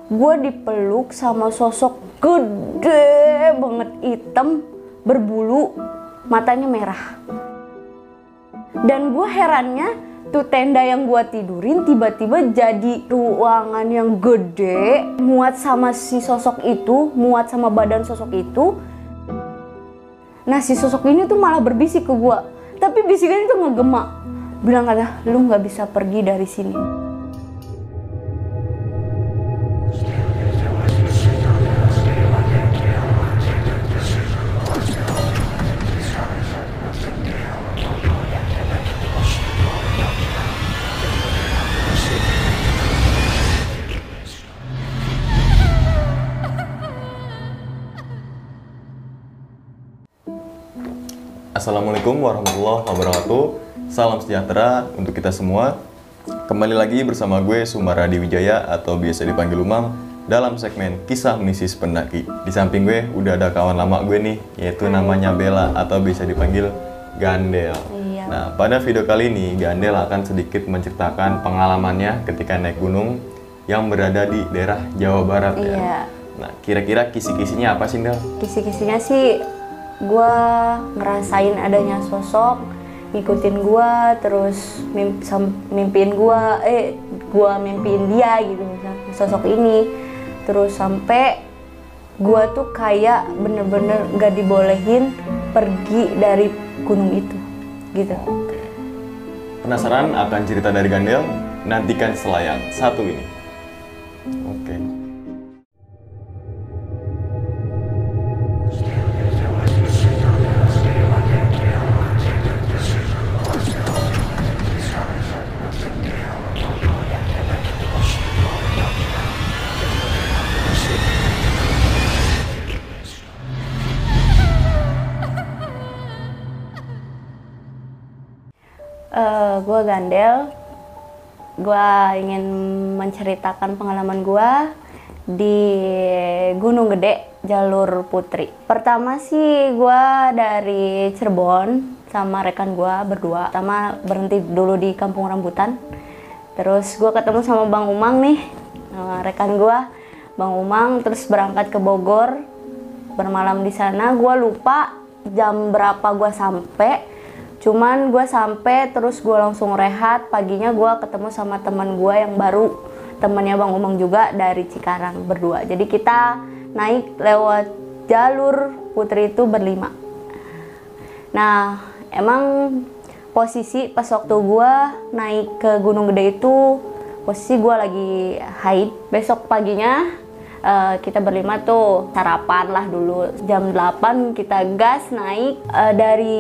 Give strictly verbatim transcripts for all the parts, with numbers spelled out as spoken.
gue dipeluk sama sosok gede banget, hitam, berbulu, matanya merah. Dan gue herannya, tuh tenda yang gue tidurin tiba-tiba jadi ruangan yang gede, muat sama si sosok itu, muat sama badan sosok itu. Nah si sosok ini tuh malah berbisik ke gue, tapi bisikannya tuh ngegema, bilang kata, lu nggak bisa pergi dari sini. Assalamualaikum warahmatullahi wabarakatuh. Salam sejahtera untuk kita semua. Kembali lagi bersama gue Sumaradi Wijaya atau biasa dipanggil Umang dalam segmen Kisah Mistis Pendaki. Di samping gue udah ada kawan lama gue nih, yaitu namanya Bella atau bisa dipanggil Gandel. Iya. Nah, pada video kali ini Gandel akan sedikit menceritakan pengalamannya ketika naik gunung yang berada di daerah Jawa Barat. Iya. Ya. Nah, kira-kira kisi-kisinya apa sih, Del? Kisi-kisinya sih gue ngerasain adanya sosok ngikutin gue, terus mimp, mimpiin gue, eh gue mimpiin dia gitu, misalnya sosok ini, terus sampai gue tuh kayak bener-bener gak dibolehin pergi dari gunung itu, gitu. Oke. Penasaran akan cerita dari Gandel? Nantikan setelah yang satu ini. Oke. Uh, gue Gandel, gue ingin menceritakan pengalaman gue di Gunung Gede, Jalur Putri. Pertama sih gue dari Cirebon sama rekan gue berdua. Pertama berhenti dulu di Kampung Rambutan. Terus gue ketemu sama Bang Umang nih, rekan gue, Bang Umang. Terus berangkat ke Bogor, bermalam di sana. Gue lupa jam berapa gue sampai. Cuman gue sampai terus gue langsung rehat. Paginya gue ketemu sama teman gue yang baru, temannya Bang Umang juga dari Cikarang berdua. Jadi kita naik lewat jalur Putri itu berlima. Nah emang posisi pas waktu gue naik ke Gunung Gede itu posisi gue lagi haid. Besok paginya Uh, kita berlima tuh sarapan lah dulu, jam delapan kita gas naik uh, dari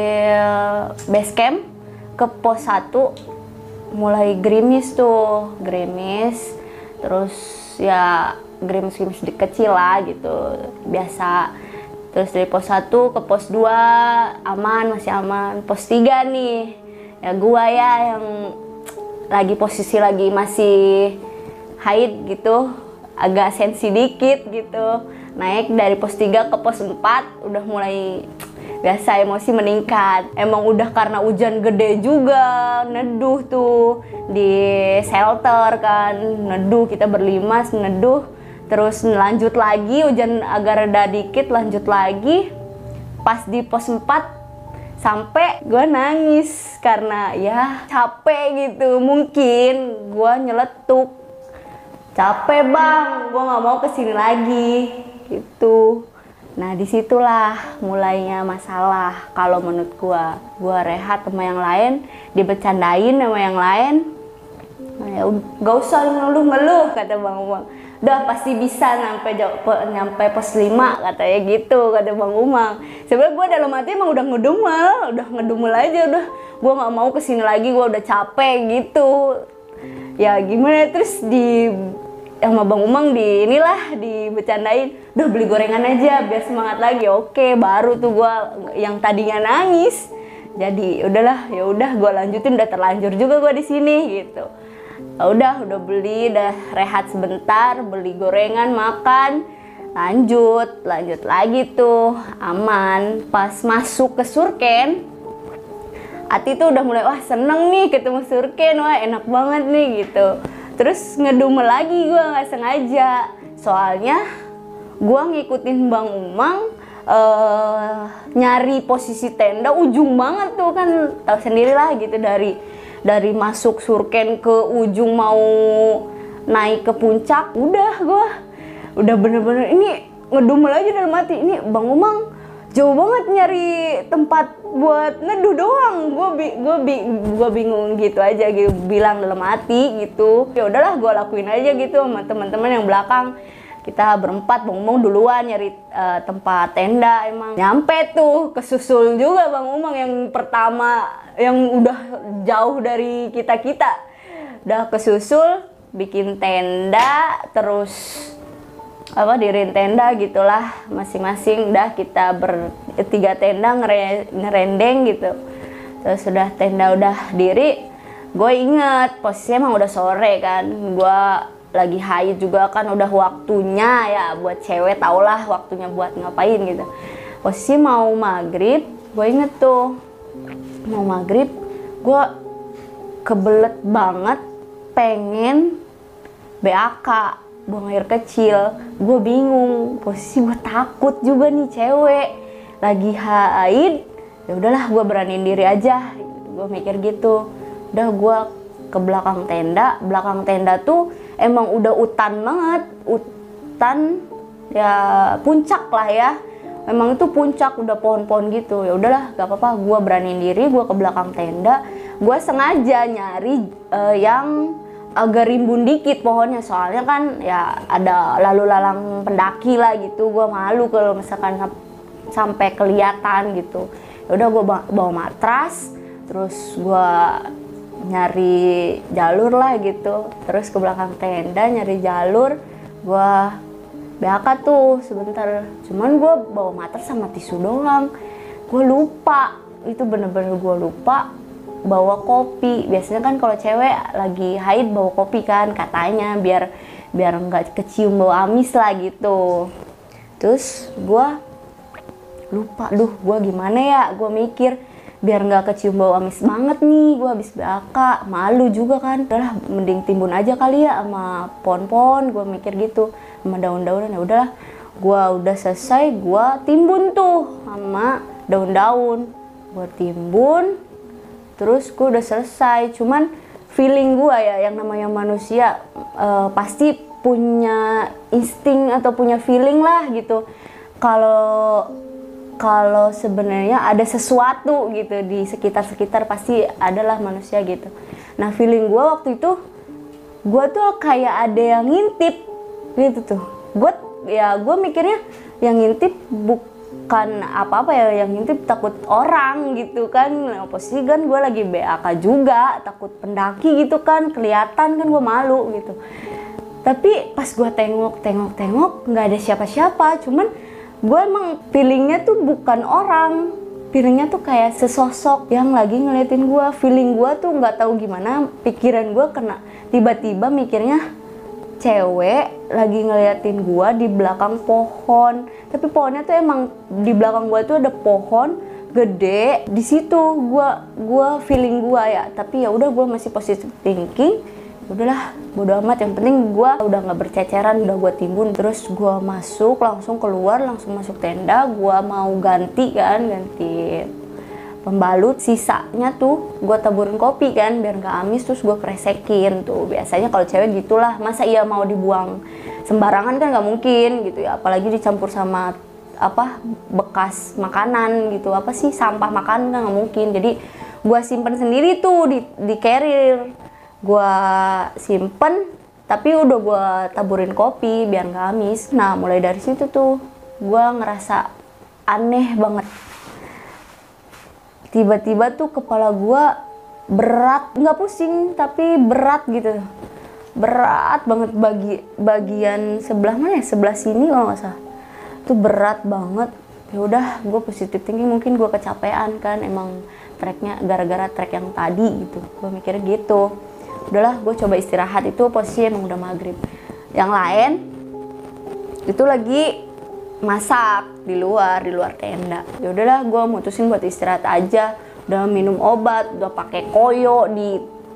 base camp ke pos satu, mulai gerimis tuh, gerimis, terus ya gerimis-gerimis kecil lah gitu, biasa. Terus dari pos satu ke pos dua aman, masih aman. Pos tiga nih, ya gua ya yang lagi posisi lagi masih haid gitu, agak sensi dikit gitu. Naik dari pos tiga ke pos empat udah mulai biasa emosi meningkat. Emang udah karena hujan gede juga, neduh tuh di shelter kan, neduh kita berlima neduh. Terus lanjut lagi, hujan agak reda dikit, lanjut lagi. Pas di pos empat sampai gue nangis karena ya capek gitu, mungkin gue nyeletuk. Capek bang, gue nggak mau kesini lagi, gitu. Nah disitulah mulainya masalah. Kalau menurut gue, gue rehat sama yang lain, dibercandain sama yang lain. Nah, ya gak usah ngeluh-ngeluh kata Bang Umang. Udah pasti bisa nyampe nyampe pos lima katanya gitu kata Bang Umang. Sebenarnya gue dalam hati emang udah ngedumel, udah ngedumel aja, udah gue nggak mau kesini lagi, gue udah capek gitu. Ya gimana, terus di sama Bang Umang di inilah dibecandain, udah beli gorengan aja biar semangat lagi. Oke, baru tuh gue yang tadinya nangis jadi udahlah, ya udah gue lanjutin, udah terlanjur juga gue di sini gitu. Ya udah udah beli, udah rehat sebentar, beli gorengan, makan, lanjut lanjut lagi tuh aman. Pas masuk ke Surken, hati tuh udah mulai wah seneng nih ketemu Surken, wah enak banget nih gitu. Terus ngedumel lagi gue nggak sengaja. Soalnya gue ngikutin Bang Umang uh, nyari posisi tenda ujung banget tuh kan, tahu sendiri lah gitu, dari dari masuk surken ke ujung mau naik ke puncak. Udah gue udah bener-bener ini ngedumel aja dalam hati, ini Bang Umang jauh banget nyari tempat buat neduh doang. Gue bi gue bi gue bingung gitu aja gitu, bilang dalam hati gitu. Ya udahlah gue lakuin aja gitu sama teman-teman yang belakang. Kita berempat, Bang Umang duluan nyari uh, tempat tenda. Emang nyampe tuh kesusul juga Bang Umang yang pertama, yang udah jauh dari kita-kita. Udah kesusul bikin tenda, terus apa diriin tenda gitulah masing-masing. Udah kita bertiga tenda ngere, ngerendeng gitu. Terus sudah tenda udah diri, gue inget posisinya emang udah sore kan, gue lagi haid juga kan, udah waktunya ya buat cewek, tau lah waktunya buat ngapain gitu. Posisi mau maghrib, gue inget tuh mau maghrib, gue kebelet banget pengen B A K, buang air kecil. Gue bingung, posisi gue takut juga nih, cewek lagi haid. Ya udahlah gue beraniin diri aja, gue mikir gitu. Udah gue ke belakang tenda. Belakang tenda tuh emang udah hutan banget, hutan ya, puncak lah ya. Memang itu puncak, udah pohon-pohon gitu. Ya udahlah, gak apa-apa, gue beraniin diri, gue ke belakang tenda. Gue sengaja nyari uh, yang agak rimbun dikit pohonnya, soalnya kan ya ada lalu lalang pendaki lah gitu. Gue malu kalau misalkan sampai kelihatan gitu. Ya udah gue bawa matras, terus gue nyari jalur lah gitu. Terus ke belakang tenda nyari jalur, gue B A K tuh sebentar. Cuman gue bawa matras sama tisu doang. Gue lupa, itu bener-bener gue lupa bawa kopi. Biasanya kan kalau cewek lagi haid bawa kopi kan, katanya biar biar nggak kecium bau amis lah gitu. Terus gue lupa, duh gue gimana ya, gue mikir biar nggak kecium bau amis banget nih, gue habis B A K, malu juga kan. Udahlah mending timbun aja kali ya sama pohon-pohon, gue mikir gitu, sama daun-daunan. Ya udahlah, gue udah selesai, gue timbun tuh sama daun-daun, gue timbun. Terus gue udah selesai. Cuman feeling gue ya, yang namanya manusia uh, pasti punya insting atau punya feeling lah gitu. Kalau kalau sebenarnya ada sesuatu gitu di sekitar-sekitar, pasti adalah manusia gitu. Nah feeling gue waktu itu, gue tuh kayak ada yang ngintip gitu tuh. Gue ya gue mikirnya yang ngintip bukan apa-apa ya, yang ngintip takut orang gitu kan. Posisi kan gue lagi B A K juga, takut pendaki gitu kan, kelihatan kan, gue malu gitu. Tapi pas gue tengok-tengok-tengok nggak ada siapa-siapa. Cuman gue emang feelingnya tuh bukan orang, feelingnya tuh kayak sesosok yang lagi ngeliatin gue. Feeling gue tuh nggak tahu gimana, pikiran gue kena tiba-tiba mikirnya cewek lagi ngeliatin gue di belakang pohon. Tapi pohonnya tuh emang di belakang gue tuh ada pohon gede. Di situ gue gue feeling gue ya. Tapi ya udah, gue masih positive thinking. Udahlah, bodo amat, yang penting gue udah nggak berceceran, udah gue timbun. Terus gue masuk, langsung keluar, langsung masuk tenda. Gue mau ganti kan, ganti pembalut. Sisanya tuh gue taburin kopi kan, biar nggak amis. Terus gue kresekin tuh. Biasanya kalau cewek gitulah, masa iya mau dibuang sembarangan kan nggak mungkin gitu ya. Apalagi dicampur sama apa bekas makanan gitu, apa sih, sampah makanan kan nggak mungkin. Jadi gue simpen sendiri tuh di, di carrier. Gue simpen, tapi udah gue taburin kopi biar nggak amis. Nah mulai dari situ tuh gue ngerasa aneh banget. Tiba-tiba tuh kepala gue berat, nggak pusing tapi berat gitu, berat banget. Bagi bagian sebelah mana ya, sebelah sini kalau nggak salah, tuh berat banget. Ya udah, gue positive thinking, mungkin gue kecapean kan, emang treknya gara-gara trek yang tadi gitu. Gue mikirnya gitu. Udahlah, gue coba istirahat. Itu posisi emang udah maghrib. Yang lain itu lagi masak di luar, di luar tenda. Ya udahlah, gue mutusin buat istirahat aja. Udah minum obat, udah pakai koyo di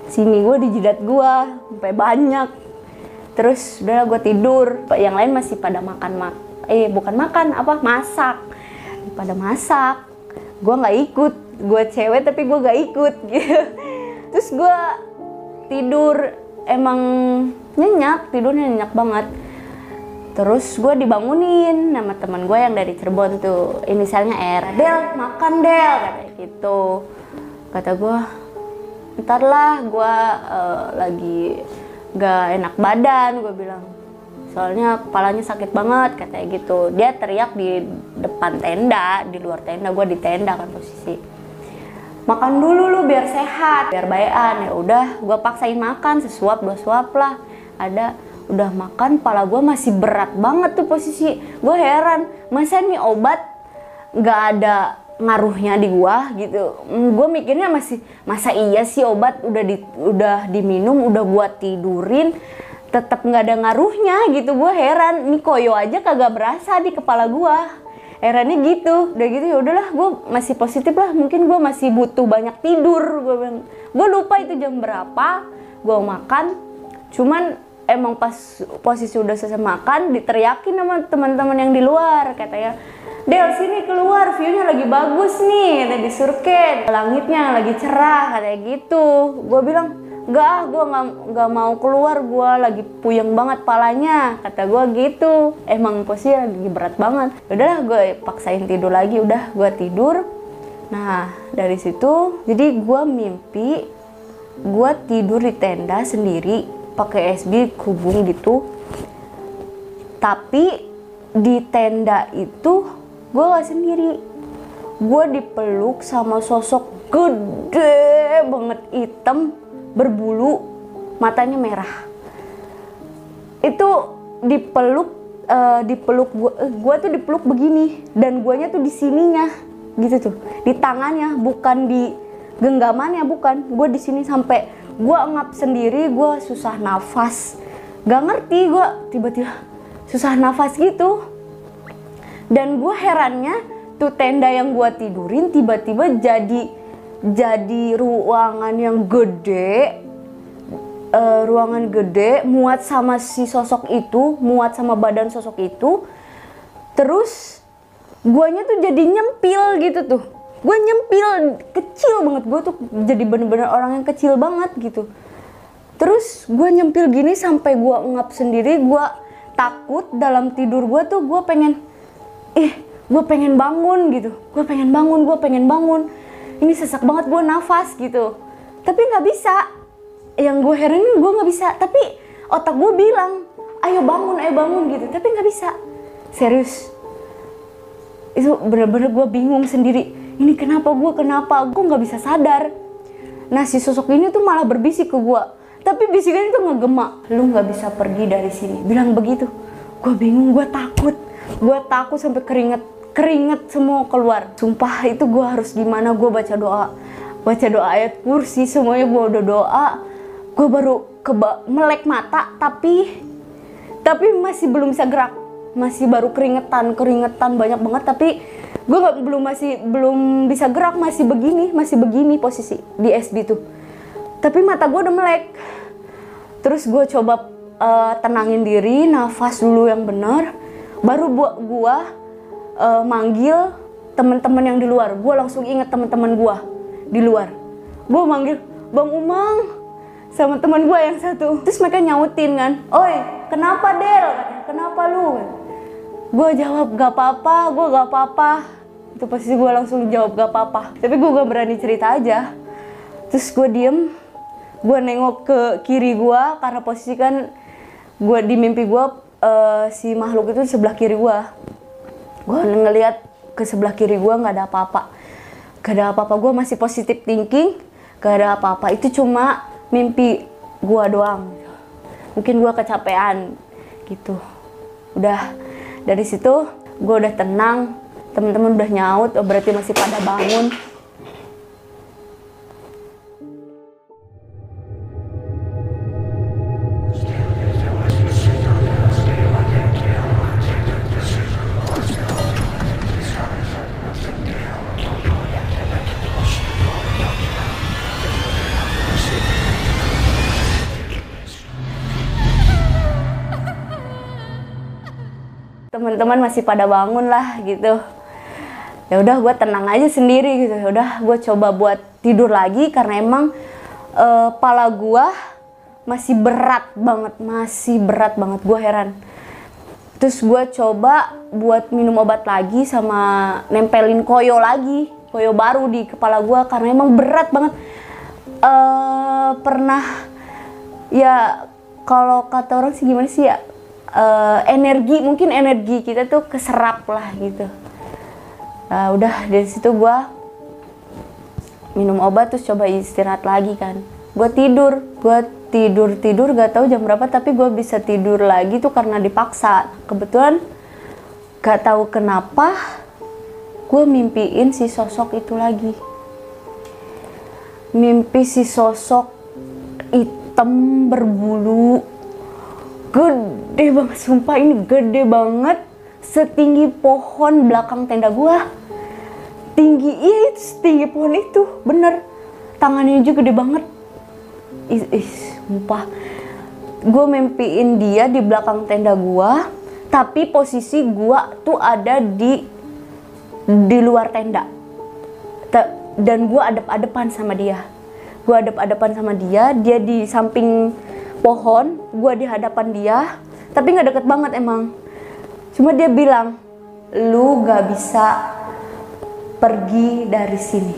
sini gue dijidat gue sampai banyak. Terus udah gue tidur, yang lain masih pada makan mak eh bukan makan apa masak, pada masak. Gue nggak ikut, gue cewek tapi gue nggak ikut gitu. Terus gue tidur, emang nyenyak, tidurnya nyenyak banget. Terus gue dibangunin sama teman gue yang dari Cirebon tuh, inisialnya R. Del, makan Del, katanya gitu. Kata gue, ntar lah, gue uh, lagi gak enak badan, gue bilang. Soalnya kepalanya sakit banget, katanya gitu. Dia teriak di depan tenda, di luar tenda, gue di tenda kan posisi. Makan dulu lu biar sehat, biar bayan. Ya udah, gue paksain makan, sesuap dua suap lah. Ada, udah makan, kepala gue masih berat banget tuh posisi. Gue heran, masa nih obat gak ada ngaruhnya di gua gitu. Gue mikirnya masih, masa iya sih obat udah di, udah diminum, udah buat tidurin, tetap nggak ada ngaruhnya gitu. Gue heran, nih koyo aja kagak berasa di kepala gue. Herannya gitu. Udah gitu ya udahlah, gue masih positif lah. Mungkin gue masih butuh banyak tidur. Gue bilang, gue lupa itu jam berapa. Gue makan, cuman emang pas posisi udah selesai makan diteriakin sama teman-teman yang di luar, katanya, Del sini keluar, view-nya lagi bagus nih, tadi surken, langitnya lagi cerah, katanya gitu. Gue bilang, enggak, gue nggak nggak mau keluar, gue lagi puyeng banget palanya, kata gue gitu. Emang posisi lagi berat banget. Udahlah, gue paksain tidur lagi, udah gue tidur. Nah dari situ, jadi gue mimpi, gue tidur di tenda sendiri, pakai S B kubung gitu. Tapi di tenda itu gue gak sendiri, gue dipeluk sama sosok gede banget, hitam, berbulu, matanya merah. Itu dipeluk, uh, dipeluk gue, uh, gue tuh dipeluk begini, dan guanya tuh di sininya, gitu tuh, di tangannya, bukan di genggamannya, bukan. Gue di sini sampai gue ngap sendiri, gue susah nafas, gak ngerti gue tiba-tiba susah nafas gitu. Dan gue herannya tuh tenda yang gue tidurin tiba-tiba jadi jadi ruangan yang gede, uh, ruangan gede muat sama si sosok itu, muat sama badan sosok itu. Terus guanya tuh jadi nyempil gitu tuh, gue nyempil kecil banget, gue tuh jadi bener-bener orang yang kecil banget gitu. Terus gue nyempil gini sampai gue ngap sendiri, gue takut dalam tidur gue tuh gue pengen ih, gue pengen bangun gitu, gue pengen bangun, gue pengen bangun. Ini sesak banget gue nafas gitu, tapi nggak bisa. Yang gue heranin gue nggak bisa, tapi otak gue bilang, ayo bangun, ayo bangun gitu, tapi nggak bisa. Serius, itu bener-bener gue bingung sendiri. Ini kenapa gue, kenapa gue nggak bisa sadar. Nah si sosok ini tuh malah berbisik ke gue, tapi bisikannya tuh ngegema, lu nggak bisa pergi dari sini, bilang begitu. Gue bingung, gue takut. Gue takut sampai keringet, keringet semua keluar. Sumpah itu gue harus gimana, gue baca doa. Baca doa ayat kursi, semuanya gue udah doa. Gue baru keba melek mata, tapi tapi masih belum bisa gerak. Masih baru keringetan, keringetan banyak banget. Tapi gue gak, belum masih belum bisa gerak, masih begini, masih begini posisi di S B tuh. Tapi mata gue udah melek. Terus gue coba uh, tenangin diri, nafas dulu yang benar. Baru buat gua uh, manggil teman-teman yang di luar. Gua langsung inget teman-teman gua di luar. Gua manggil Bang Umang sama teman gua yang satu. Terus mereka nyautin kan, "Oi, kenapa Del? Kenapa lu?" Gua jawab, "Gak apa-apa, gua gak apa-apa." Itu posisi gua langsung jawab gak apa-apa. Tapi gua gak berani cerita aja. Terus gua diem, gua nengok ke kiri gua karena posisi kan gua di mimpi gua Uh, si makhluk itu di sebelah kiri gua. Gua ngeliat ke sebelah kiri gua nggak ada apa-apa, gak ada apa-apa. Gua masih positive thinking, gak ada apa-apa. Itu cuma mimpi gua doang. Mungkin gua kecapean gitu. Udah dari situ gua udah tenang. Teman-teman udah nyaut, oh berarti masih pada bangun. Teman-teman masih pada bangun lah gitu. Ya udah gue tenang aja sendiri gitu. Ya udah gue coba buat tidur lagi karena emang uh, pala gue masih berat banget, masih berat banget, gue heran. Terus gue coba buat minum obat lagi sama nempelin koyo lagi, koyo baru di kepala gue karena emang berat banget. Uh, pernah ya kalau kata orang sih gimana sih ya, uh, energi mungkin energi kita tuh keserap lah gitu. Nah, udah dari situ gue minum obat terus coba istirahat lagi kan. Gue tidur, gue tidur tidur gak tahu jam berapa tapi gue bisa tidur lagi tuh karena dipaksa. Kebetulan gak tahu kenapa gue mimpiin si sosok itu lagi. Mimpi si sosok hitam berbulu gede banget, sumpah ini gede banget, setinggi pohon belakang tenda gua. Tinggi, iya itu setinggi pohon itu, bener. Tangannya juga gede banget. Ih, ih sumpah. Gue mimpiin dia di belakang tenda gua, tapi posisi gua tuh ada di di luar tenda. Dan gue adep-adepan sama dia. Gue adep-adepan sama dia, dia di samping pohon, gue di hadapan dia, tapi nggak deket banget emang. Cuma dia bilang, lu gak bisa pergi dari sini.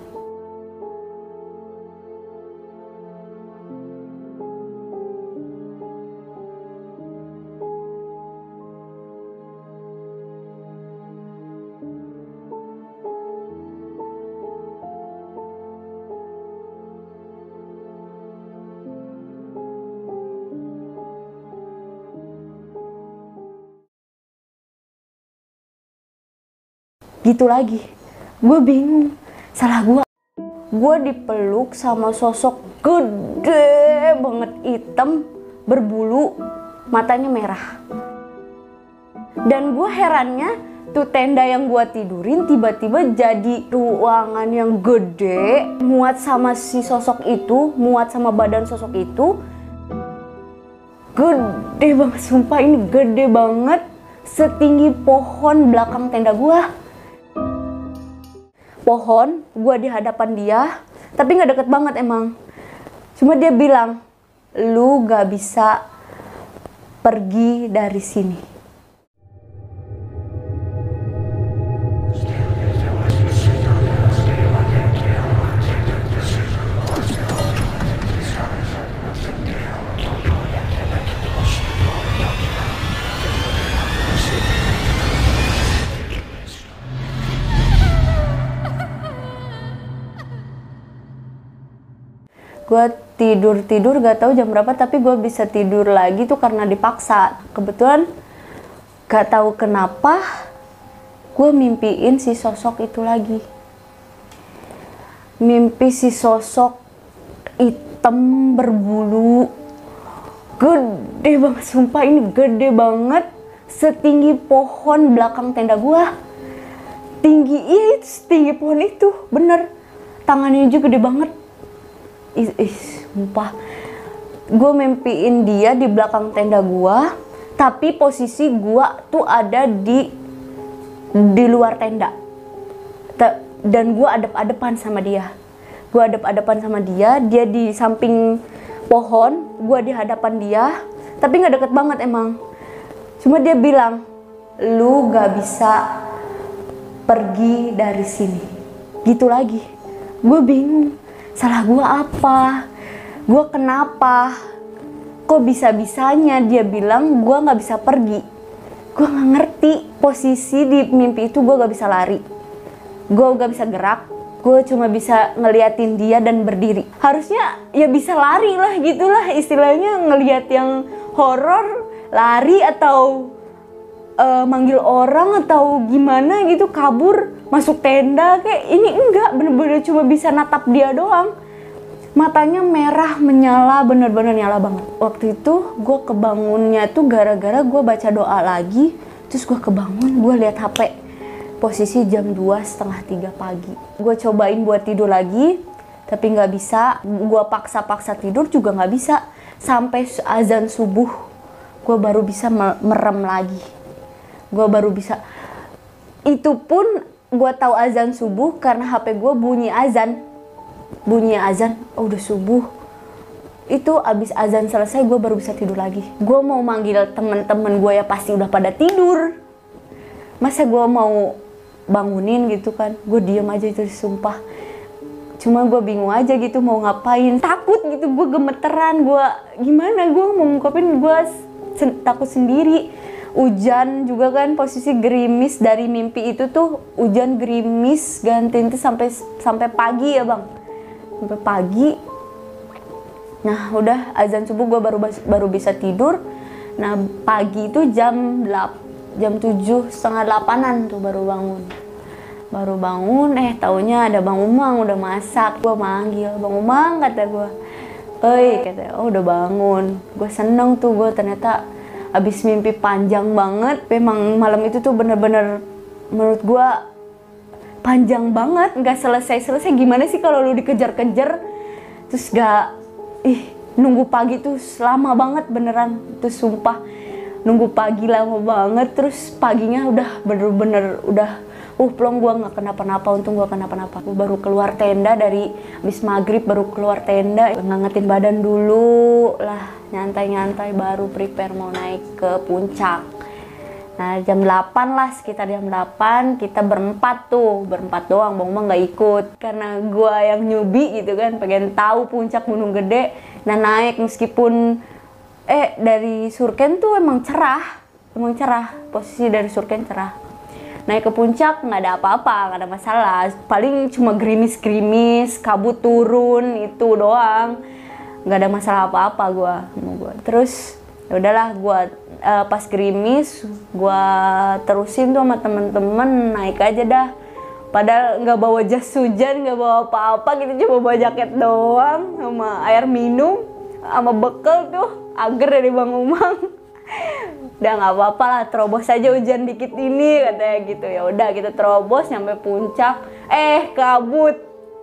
Gitu lagi, gue bingung, salah gue. Gue dipeluk sama sosok gede banget, hitam, berbulu, matanya merah. Dan gue herannya, tuh tenda yang gue tidurin tiba-tiba jadi ruangan yang gede, muat sama si sosok itu, muat sama badan sosok itu. Gede banget, sumpah ini gede banget, setinggi pohon belakang tenda gue. Pohon, gue di hadapan dia, tapi nggak deket banget emang. Cuma dia bilang, lu gak bisa pergi dari sini. Gue tidur-tidur gak tahu jam berapa tapi gue bisa tidur lagi tuh karena dipaksa. Kebetulan gak tahu kenapa gue mimpiin si sosok itu lagi. Mimpi si sosok hitam berbulu gede banget, sumpah ini gede banget, setinggi pohon belakang tenda gue. Tinggi, iya itu setinggi pohon itu, bener. Tangannya juga gede banget. Ih, ih, sumpah. Gue mimpiin dia di belakang tenda gua, tapi posisi gua tuh ada di di luar tenda. Dan gua adep-adepan sama dia. Gua adep-adepan sama dia, dia di samping pohon, gua di hadapan dia, tapi nggak deket banget emang. Cuma dia bilang, lu gak bisa pergi dari sini. Gitu lagi. Gue bingung. Salah gue apa? Gue kenapa? Kok bisa-bisanya dia bilang gue gak bisa pergi? Gue gak ngerti. Posisi di mimpi itu gue gak bisa lari. Gue gak bisa gerak. Gue cuma bisa ngeliatin dia dan berdiri. Harusnya ya bisa lari lah gitulah. Istilahnya ngeliat yang horor, lari atau uh, manggil orang atau gimana gitu, kabur. Masuk tenda kayak ini enggak, bener-bener cuma bisa natap dia doang. Matanya merah menyala, bener-bener nyala banget. Waktu itu gue kebangunnya tuh gara-gara gue baca doa lagi. Terus gue kebangun, gue lihat H P. Posisi jam dua setengah tiga pagi. Gue cobain buat tidur lagi, tapi nggak bisa. Gue paksa-paksa tidur juga nggak bisa. Sampai azan subuh, gue baru bisa merem lagi. Gue baru bisa, itu pun gue tahu azan subuh karena H P gue bunyi azan. Bunyi azan, oh udah subuh. Itu abis azan selesai gue baru bisa tidur lagi. Gue mau manggil temen-temen gue ya pasti udah pada tidur. Masa gue mau bangunin gitu kan, gue diem aja itu sumpah. Cuma gue bingung aja gitu mau ngapain, takut gitu, gue gemeteran, gue gimana gue mau ngungkapin, gue sen- takut sendiri. Hujan juga kan, posisi gerimis dari mimpi itu tuh hujan gerimis gantiin tuh sampai sampai pagi ya bang, sampai pagi. Nah udah azan subuh gue baru baru bisa tidur. Nah pagi itu jam delapan, jam tujuh setengah delapanan tuh baru bangun. Baru bangun, eh taunya ada Bang Umang udah masak. Gue manggil, Bang Umang kata gue. Oi kata, oh udah bangun. Gue seneng tuh, gue ternyata abis mimpi panjang banget. Memang malam itu tuh bener-bener menurut gue panjang banget, nggak selesai-selesai. Gimana sih kalau lu dikejar-kejar terus gak, ih nunggu pagi tuh lama banget beneran. Terus sumpah nunggu pagi lama banget, terus paginya udah bener-bener udah uh plong, gue nggak kenapa-napa, untung gue kenapa-napa. Gue baru keluar tenda dari abis maghrib, baru keluar tenda, ngangetin badan dulu lah, nyantai-nyantai, baru prepare mau naik ke puncak. Nah jam delapan lah, sekitar jam delapan kita berempat tuh, berempat doang, Bang Umang nggak ikut karena gue yang newbie gitu kan, pengen tahu puncak Gunung Gede. Nah naik meskipun eh dari Surken tuh emang cerah, emang cerah, posisi dari Surken cerah. Naik ke puncak nggak ada apa-apa, nggak ada masalah, paling cuma gerimis-gerimis, kabut turun itu doang, nggak ada masalah apa-apa gue sama gue. Terus ya udahlah gue uh, pas gerimis gue terusin tuh sama temen-temen naik aja dah. Padahal nggak bawa jas hujan, nggak bawa apa-apa gitu, cuma bawa jaket doang sama air minum, sama bekal tuh agar dari Bang Umang. Udah nggak apa-apa lah, terobos aja hujan dikit ini katanya gitu. Ya udah kita terobos nyampe puncak, eh kabut,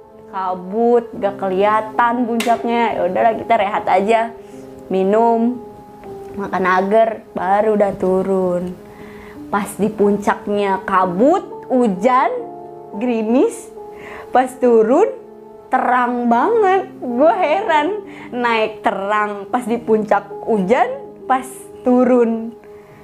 kabut, gak kelihatan puncaknya. Ya udahlah kita rehat aja, minum, makan agar, baru udah turun. Pas di puncaknya kabut, hujan, gerimis, pas turun terang banget. Gue heran, naik terang, pas di puncak hujan, pas turun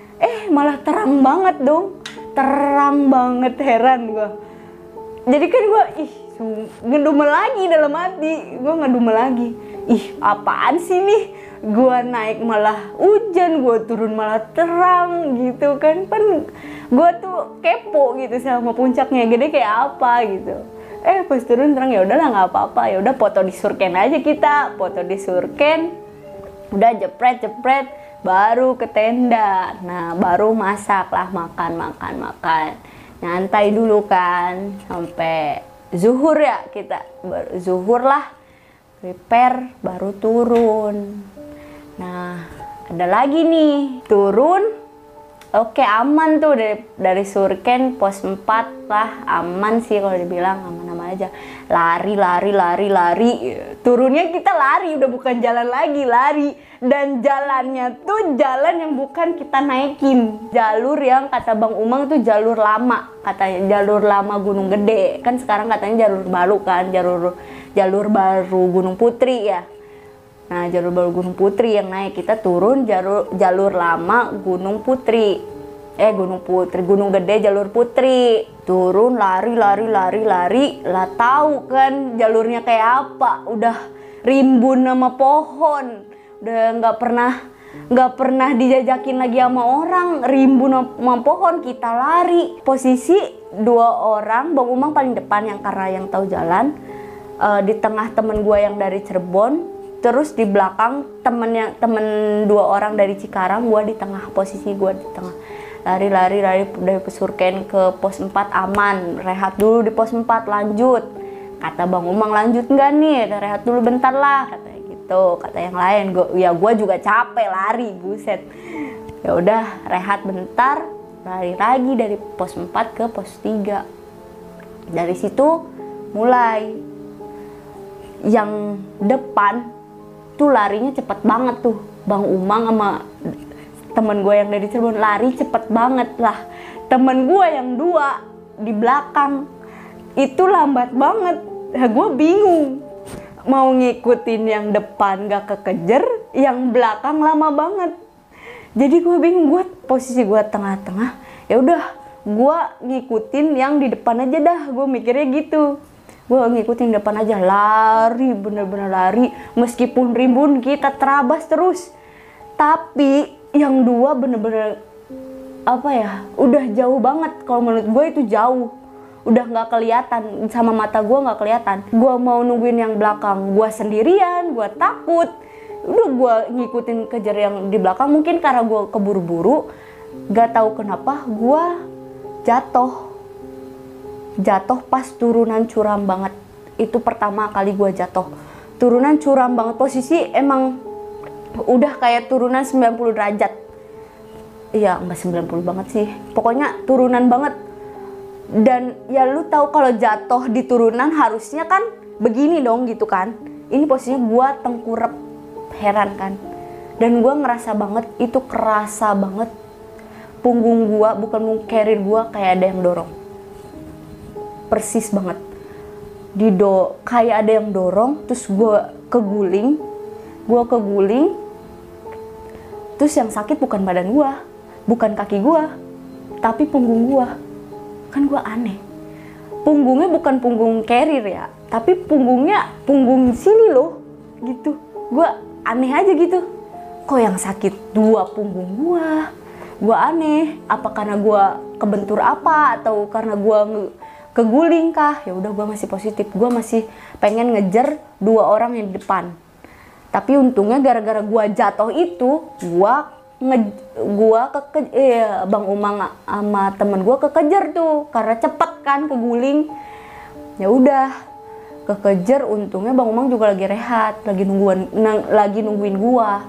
eh malah terang banget dong, terang banget, heran gue. Jadi kan gue ih ngedumel lagi dalam hati, gue ngedumel lagi, ih apaan sih nih, gue naik malah hujan, gue turun malah terang gitu kan. Kan gue tuh kepo gitu sama puncaknya gede kayak apa gitu. Eh pas turun terang, ya udahlah nggak apa-apa, ya udah foto di Surken aja kita, foto di Surken, udah jepret jepret, baru ke tenda. Nah baru masak lah, makan makan makan, nyantai dulu kan sampai zuhur ya, kita baru zuhur lah, prepare, baru turun. Nah ada lagi nih turun, oke aman tuh dari, dari Surken pos empat lah, aman sih kalau dibilang, aman-aman aja. Lari, lari, lari, lari. Turunnya kita lari, udah bukan jalan lagi, lari. Dan jalannya tuh jalan yang bukan kita naikin. Jalur yang kata Bang Umang tuh jalur lama, katanya jalur lama Gunung Gede. Kan sekarang katanya jalur baru kan, jalur jalur baru Gunung Putri ya. Nah jalur baru Gunung Putri yang naik, kita turun jalur jalur lama Gunung Putri. Eh Gunung Putri, Gunung Gede jalur Putri. Turun lari lari lari lari, lah tahu kan jalurnya kayak apa, udah rimbun sama pohon, udah nggak pernah nggak pernah dijajakin lagi sama orang, rimbun sama pohon. Kita lari, posisi dua orang, Bang Umang paling depan yang karena yang tahu jalan, uh, di tengah temen gue yang dari Cirebon, terus di belakang temen yang temen dua orang dari Cikarang, gue di tengah, posisi gue di tengah. Lari lari lari dari Surken ke pos empat aman, rehat dulu di pos empat, lanjut. Kata Bang Umang, lanjut nggak nih, rehat dulu bentar lah katanya gitu. Kata yang lain, gua, ya gue juga capek lari, buset. Ya udah rehat bentar, lari lagi dari pos empat ke pos tiga. Dari situ mulai yang depan tuh larinya cepet banget tuh, Bang Umang sama temen gue yang dari Cirebon lari cepet banget lah. Temen gue yang dua di belakang itu lambat banget. Nah, gue bingung mau ngikutin yang depan gak kekejar, yang belakang lama banget. Jadi gue bingung, gue posisi gue tengah-tengah. Ya udah, gue ngikutin yang di depan aja dah. Gue mikirnya gitu. Gue ngikutin depan aja, lari, bener-bener lari. Meskipun rimbun kita terabas terus. Tapi yang dua bener-bener apa ya? Udah jauh banget. Kalau menurut gue itu jauh. Udah nggak kelihatan, sama mata gue nggak kelihatan. Gue mau nungguin yang belakang, gue sendirian, gue takut. Udah gue ngikutin kejar yang di belakang. Mungkin karena gue keburu-buru, gak tahu kenapa gue jatuh. Jatuh pas turunan curam banget. Itu pertama kali gue jatuh. Turunan curam banget, posisi emang udah kayak turunan sembilan puluh derajat. Iya, enggak sembilan puluh banget sih. Pokoknya turunan banget. Dan ya lu tahu kalau jatuh di turunan harusnya kan begini dong gitu kan. Ini posisinya gue tengkurap, heran kan. Dan gue ngerasa banget, itu kerasa banget. Punggung gue, bukan carrier gue, kayak ada yang dorong. Persis banget. Dido, kayak ada yang dorong, terus gue keguling. Gue keguling. Terus yang sakit bukan badan gue, bukan kaki gue, tapi punggung gue. Kan gue aneh, punggungnya bukan punggung carrier ya, tapi punggungnya punggung sini loh, gitu. Gue aneh aja gitu, kok yang sakit dua punggung gue. Gue aneh, apa karena gue kebentur apa, atau karena gue keguling kah? Ya udah, gue masih positif, gue masih pengen ngejar dua orang yang di depan. Tapi untungnya gara-gara gue jatuh itu, gue nge gua ke eh, Bang Umang sama temen gua kekejar tuh karena cepet kan keguling. Ya udah kekejar, untungnya Bang Umang juga lagi rehat, lagi nungguin lagi nungguin gua.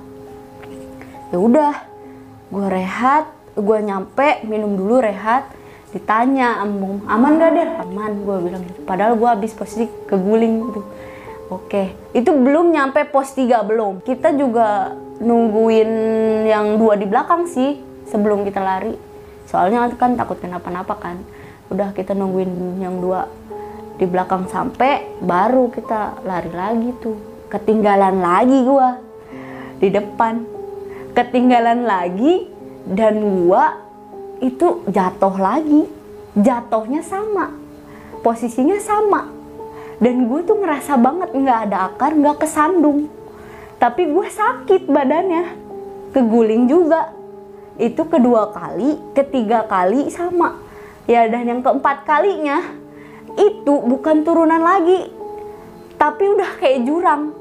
Ya udah gua rehat, gua nyampe minum dulu rehat, ditanya Bang, aman gak deh? Aman, gua bilang gitu. Padahal gua habis posisi keguling gitu. Oke, itu belum nyampe pos tiga belum. Kita juga nungguin yang dua di belakang sih sebelum kita lari. Soalnya kan takut kenapa-napa kan. Udah kita nungguin yang dua di belakang sampai baru kita lari lagi tuh. Ketinggalan lagi gua di depan. Ketinggalan lagi dan gua itu jatuh lagi. Jatuhnya sama. Posisinya sama. Dan gue tuh ngerasa banget nggak ada akar, nggak kesandung. Tapi gue sakit badannya, keguling juga. Itu kedua kali, ketiga kali sama. Ya dan yang keempat kalinya, itu bukan turunan lagi. Tapi udah kayak jurang.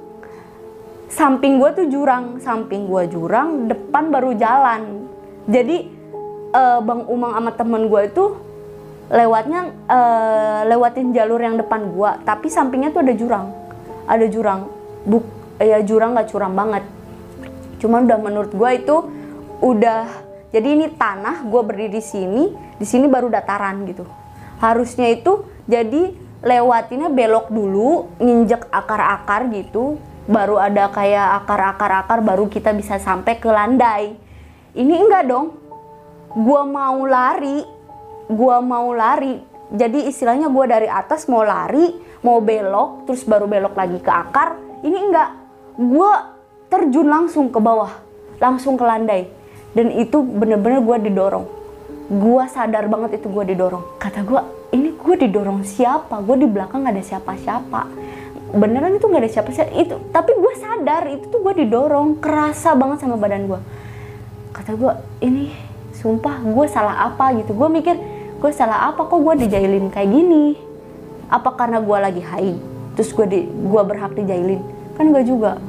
Samping gue tuh jurang, samping gue jurang, depan baru jalan. Jadi uh, Bang Umang sama temen gue itu lewatnya uh, lewatin jalur yang depan gua, tapi sampingnya tuh ada jurang, ada jurang, buk ya jurang nggak curam banget, cuman udah menurut gua itu udah, jadi ini tanah, gua berdiri di sini, di sini baru dataran gitu, harusnya itu jadi lewatinnya belok dulu, nginjek akar-akar gitu, baru ada kayak akar-akar-akar, baru kita bisa sampai ke landai. Ini enggak dong, gua mau lari. Gua mau lari, jadi istilahnya gua dari atas mau lari, mau belok, terus baru belok lagi ke akar. Ini enggak, gua terjun langsung ke bawah, langsung ke landai. Dan itu bener-bener gua didorong. Gua sadar banget itu gua didorong. Kata gua, ini gua didorong siapa? Gua di belakang gak ada siapa-siapa. Beneran itu gak ada siapa-siapa. Itu, tapi gua sadar itu tuh gua didorong, kerasa banget sama badan gua. Kata gua, ini sumpah gua salah apa gitu. Gua mikir, gue salah apa kok gue dijailin kayak gini? Apa karena gue lagi haid terus gue di gue berhak dijailin? Kan gak juga.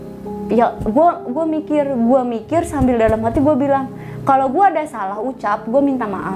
Ya gue gue mikir gue mikir sambil dalam hati gue bilang, kalau gue ada salah ucap gue minta maaf.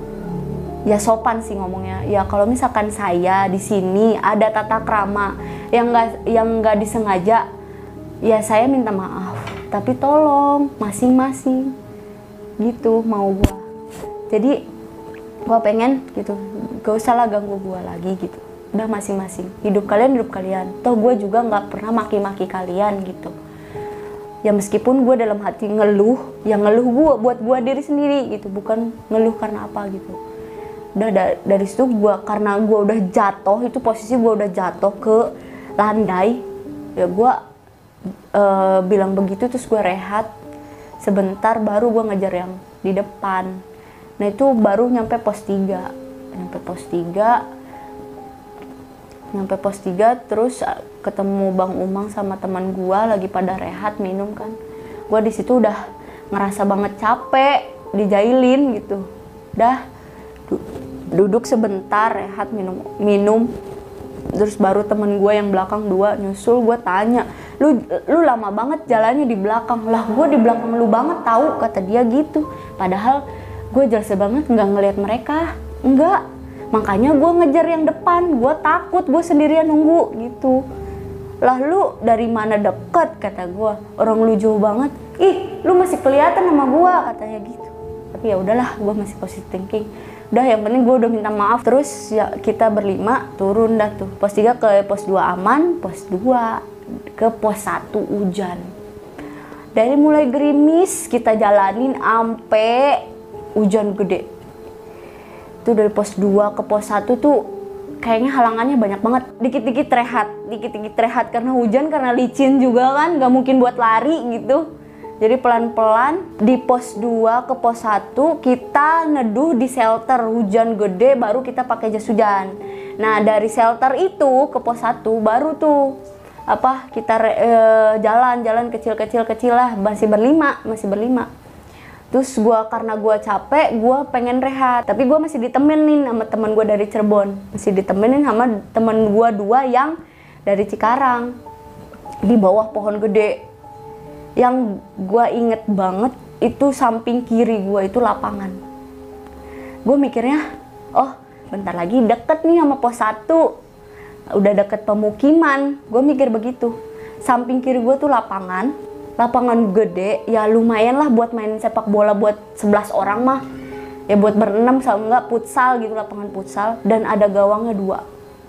Ya sopan sih ngomongnya. Ya kalau misalkan saya di sini ada tata krama yang nggak yang nggak disengaja, ya saya minta maaf. Tapi tolong masing-masing gitu mau gue. Jadi gue pengen gitu, gak usah lah ganggu gue lagi gitu. Udah masing-masing, hidup kalian hidup kalian. Toh gue juga gak pernah maki-maki kalian gitu. Ya meskipun gue dalam hati ngeluh, yang ngeluh gue buat gue diri sendiri gitu, bukan ngeluh karena apa gitu. Udah da dari situ gue, karena gue udah jatuh, itu posisi gue udah jatuh ke landai, ya gue uh, bilang begitu, terus gue rehat sebentar, baru gue ngejar yang di depan. Nah itu baru nyampe pos tiga, nyampe pos tiga, nyampe pos tiga, terus ketemu Bang Umang sama teman gue lagi pada rehat minum kan. Gue di situ udah ngerasa banget capek, dijailin gitu. Udah du duduk sebentar rehat minum minum. Terus baru temen gue yang belakang dua nyusul, gue tanya, lu lu lama banget jalannya di belakang. Lah gue di belakang lu banget tahu, kata dia gitu. Padahal gue jelas banget nggak ngelihat mereka, enggak. Makanya gue ngejar yang depan, gue takut, gue sendirian nunggu gitu. Lah lu dari mana deket, kata gue, orang lu jauh banget. Ih, lu masih kelihatan sama gue, katanya gitu. Tapi ya udahlah, gue masih positive thinking. Udah, yang penting gue udah minta maaf. Terus ya kita berlima turun dah tuh. Pos tiga ke pos dua aman, pos dua ke pos satu hujan. Dari mulai gerimis kita jalanin ampe hujan gede. Itu dari pos dua ke pos satu tuh kayaknya halangannya banyak banget. Dikit-dikit rehat, dikit-dikit rehat karena hujan, karena licin juga kan, gak mungkin buat lari gitu. Jadi pelan-pelan di pos dua ke pos satu kita neduh di shelter, hujan gede baru kita pakai jas hujan. Nah dari shelter itu ke pos satu baru tuh apa kita jalan-jalan e, kecil-kecil kecil lah, masih berlima, masih berlima. Terus gue karena gue capek, gue pengen rehat. Tapi gue masih ditemenin sama teman gue dari Cirebon. Masih ditemenin sama teman gue dua yang dari Cikarang. Di bawah pohon gede. Yang gue inget banget, itu samping kiri gue itu lapangan. Gue mikirnya, oh bentar lagi deket nih sama pos satu. Udah deket pemukiman. Gue mikir begitu. Samping kiri gue tuh lapangan. Lapangan gede, ya lumayan lah buat main sepak bola buat sebelas orang mah. Ya buat berenam sama enggak futsal gitu, lapangan futsal. Dan ada gawangnya dua.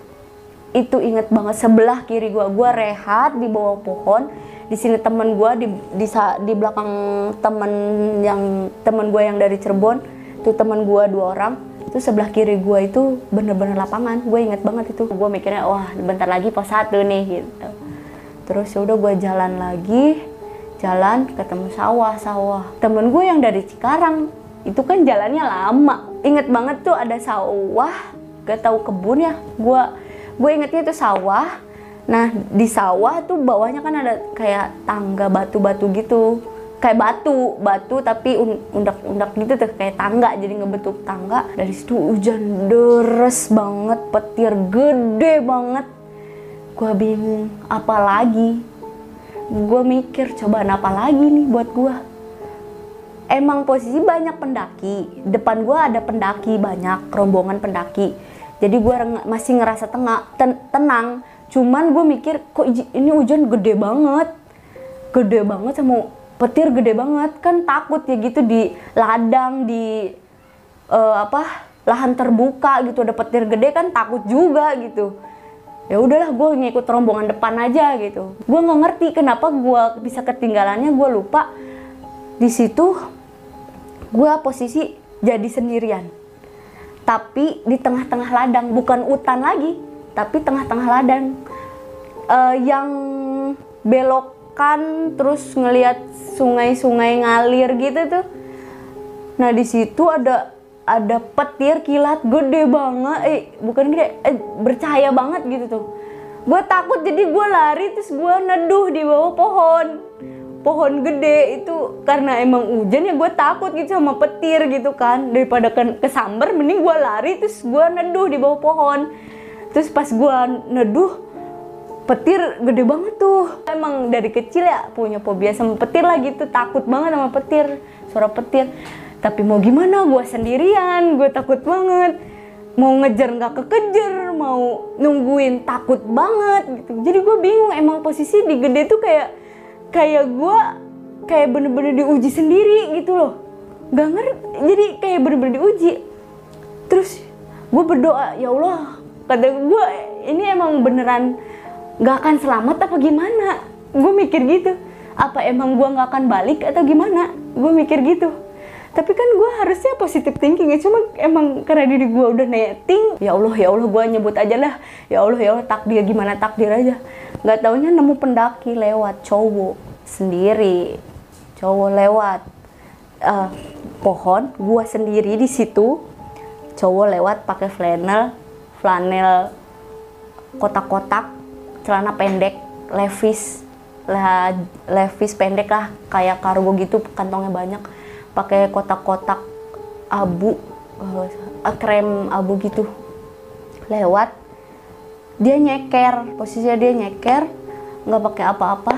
Itu inget banget, sebelah kiri gua, gua rehat di bawah pohon. Di sini temen gua, di, di, di belakang temen yang temen gua yang dari Cirebon. Itu temen gua dua orang. Itu sebelah kiri gua itu bener-bener lapangan. Gue inget banget itu. Gua mikirnya, wah bentar lagi pos satu nih gitu. Terus yaudah gua jalan lagi. Jalan ketemu sawah-sawah. Temen gue yang dari Cikarang itu kan jalannya lama. Inget banget tuh ada sawah, gak tahu kebun ya. Gue gue ingetnya itu sawah. Nah di sawah tuh bawahnya kan ada kayak tangga batu-batu gitu, kayak batu batu tapi undak-undak gitu tuh, kayak tangga, jadi ngebentuk tangga. Dari situ hujan deres banget, petir gede banget. Gue bingung apa lagi. Gue mikir cobaan apa lagi nih buat gue. Emang posisi banyak pendaki, depan gue ada pendaki banyak, rombongan pendaki. Jadi gue masih ngerasa tengah, ten tenang. Cuman gue mikir kok ini hujan gede banget, gede banget sama petir gede banget, kan takut ya gitu di ladang, di uh, apa lahan terbuka gitu ada petir gede kan takut juga gitu. Ya udahlah gue ngikut rombongan depan aja gitu. Gue nggak ngerti kenapa gue bisa ketinggalannya, gue lupa. Di situ gue posisi jadi sendirian, tapi di tengah-tengah ladang, bukan hutan lagi, tapi tengah-tengah ladang. Uh, yang belokan terus ngelihat sungai-sungai ngalir gitu tuh. Nah di situ ada ada petir kilat gede banget, eh bukan gede, eh, bercahaya banget gitu tuh. Gue takut jadi gue lari, terus gue neduh di bawah pohon, pohon gede itu. Karena emang hujan ya gue takut gitu sama petir gitu kan. Daripada ke kesamber mending gue lari, terus gue neduh di bawah pohon. Terus pas gue neduh, petir gede banget tuh. Emang dari kecil ya punya fobia sama petir lah gitu, takut banget sama petir, suara petir. Tapi mau gimana, gue sendirian, gue takut banget. Mau ngejar nggak kekejar, mau nungguin takut banget gitu. Jadi gue bingung, emang posisi di gede tuh kayak kayak gue kayak bener-bener diuji sendiri gitu loh. Gak ngerti, jadi kayak bener-bener diuji. Terus gue berdoa, ya Allah, kata gue ini emang beneran gak akan selamat apa gimana. Gue mikir gitu, apa emang gue nggak akan balik atau gimana? Gue mikir gitu. Tapi kan gue harusnya positive thinking ya, cuma emang karena diri gue udah netting, ya Allah ya Allah gue nyebut aja lah, ya Allah ya Allah takdir gimana takdir aja. Nggak taunya nemu pendaki lewat cowok sendiri, cowok lewat uh, pohon, gue sendiri di situ, cowok lewat pakai flanel, flanel kotak-kotak, celana pendek, levis, lah levis pendek lah, kayak kargo gitu, kantongnya banyak, pakai kotak-kotak abu, uh, krem abu gitu, lewat, dia nyeker, posisinya dia nyeker, nggak pakai apa-apa,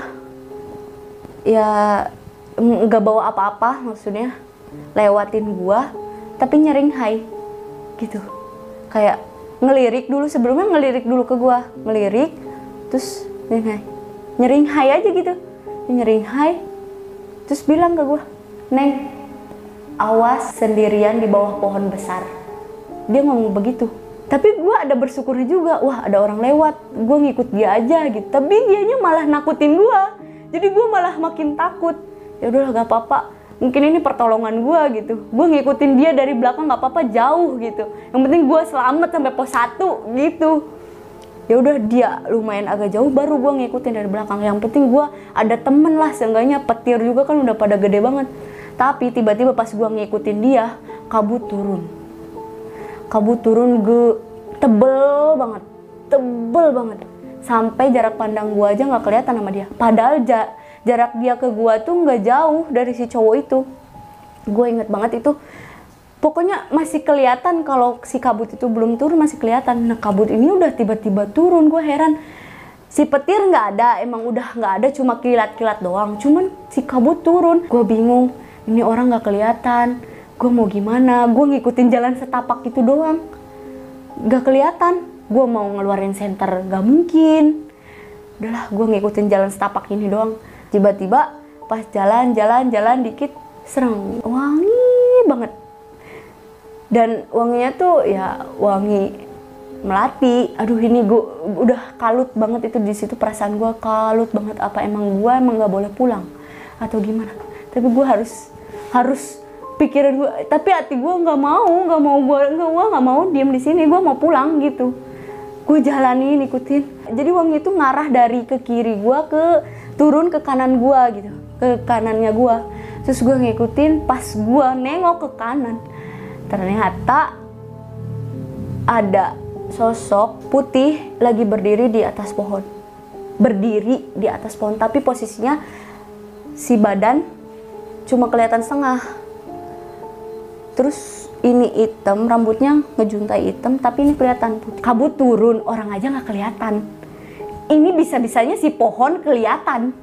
ya nggak bawa apa-apa maksudnya, lewatin gua, tapi nyering hai, gitu, kayak ngelirik dulu sebelumnya ngelirik dulu ke gua, ngelirik, terus nyering hai, nyering hai aja gitu, nyering hai, terus bilang ke gua, Neng, awas sendirian di bawah pohon besar. Dia ngomong begitu. Tapi gue ada bersyukurnya juga, wah ada orang lewat, gue ngikut dia aja gitu. Tapi dianya malah nakutin gue, jadi gue malah makin takut. Ya udahlah gak apa-apa, mungkin ini pertolongan gue gitu. Gue ngikutin dia dari belakang gak apa-apa, jauh gitu. Yang penting gue selamat sampai pos satu gitu. Ya udah dia lumayan agak jauh, baru gue ngikutin dari belakang. Yang penting gue ada temen lah, seenggaknya petir juga kan udah pada gede banget. Tapi tiba-tiba pas gue ngikutin dia, kabut turun. Kabut turun gue tebel banget, tebel banget. Sampai jarak pandang gue aja nggak kelihatan sama dia. Padahal ja, jarak dia ke gue tuh nggak jauh dari si cowok itu. Gue inget banget itu. Pokoknya masih kelihatan kalau si kabut itu belum turun, masih kelihatan. Nah kabut ini udah tiba-tiba turun, gue heran. Si petir nggak ada, emang udah nggak ada, cuma kilat-kilat doang. Cuman si kabut turun, gue bingung. Ini orang gak kelihatan, gue mau gimana, gue ngikutin jalan setapak itu doang, gak kelihatan, gue mau ngeluarin senter gak mungkin, udahlah gue ngikutin jalan setapak ini doang. Tiba-tiba pas jalan-jalan-jalan dikit, sereng, wangi banget, dan wanginya tuh ya wangi melati. Aduh ini gue udah kalut banget itu di situ, perasaan gue kalut banget, apa emang gue emang gak boleh pulang atau gimana? Tapi gue harus harus pikiran gue, tapi hati gue nggak mau, nggak mau gue nggak gue nggak mau diem di sini, gue mau pulang gitu. Gue jalanin, ikutin. Jadi wangi itu ngarah dari ke kiri gue ke turun ke kanan gue gitu, ke kanannya gue. Terus gue ngikutin, pas gue nengok ke kanan, ternyata ada sosok putih lagi berdiri di atas pohon, berdiri di atas pohon, tapi posisinya si badan cuma kelihatan setengah. Terus ini hitam, rambutnya ngejuntai hitam, tapi ini kelihatan putih. Kabut turun, orang aja nggak kelihatan. Ini bisa-bisanya si pohon kelihatan.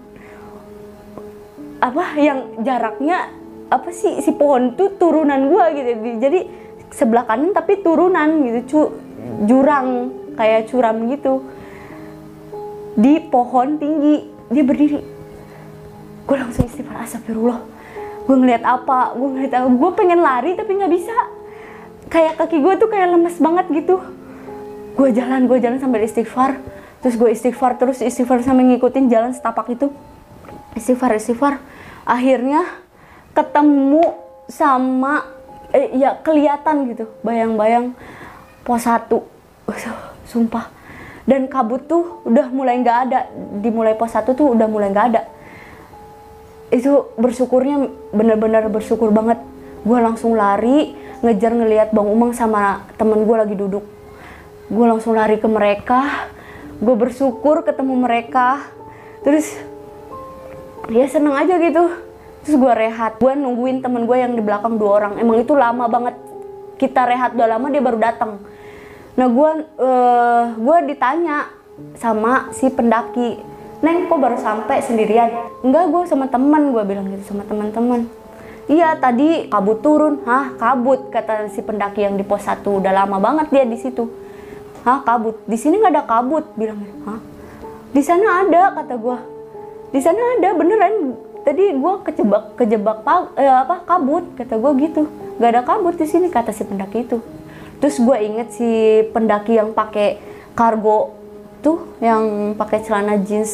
Apa yang jaraknya apa sih, si pohon tuh turunan gua gitu. Jadi sebelah kanan tapi turunan gitu, cu, jurang kayak curam gitu. Di pohon tinggi dia berdiri. Gue langsung istighfar, astagfirullah. Gue ngeliat apa, gue ngeliat apa, gue pengen lari tapi nggak bisa. Kayak kaki gue tuh kayak lemes banget gitu. Gue jalan, gue jalan sambil istighfar. Terus gue istighfar, terus istighfar sambil ngikutin jalan setapak itu. Istighfar, istighfar. Akhirnya ketemu sama, eh, ya kelihatan gitu, bayang-bayang pos satu. Sumpah. Dan kabut tuh udah mulai nggak ada. Dimulai pos satu tuh udah mulai nggak ada. Itu bersyukurnya bener-bener bersyukur banget. Gue langsung lari, ngejar ngelihat Bang Umang sama temen gue lagi duduk. Gue langsung lari ke mereka. Gue bersyukur ketemu mereka. Terus ya seneng aja gitu. Terus gue rehat. Gue nungguin temen gue yang di belakang dua orang. Emang itu lama banget. Kita rehat udah lama, dia baru datang. Nah gue uh, gue ditanya sama si pendaki, Neng, kok baru sampai sendirian? Enggak, gue sama teman, gue bilang gitu sama teman-teman. Iya, tadi kabut turun. Hah, kabut, kata si pendaki yang di pos satu. Udah lama banget dia di situ. Hah, kabut? Di sini nggak ada kabut, bilang. Hah? Di sana ada, kata gue. Di sana ada, beneran. Tadi gue kejebak, kejebak eh, apa kabut, kata gue gitu. Gak ada kabut di sini, kata si pendaki itu. Terus gue inget si pendaki yang pakai kargo tuh, yang pakai celana jeans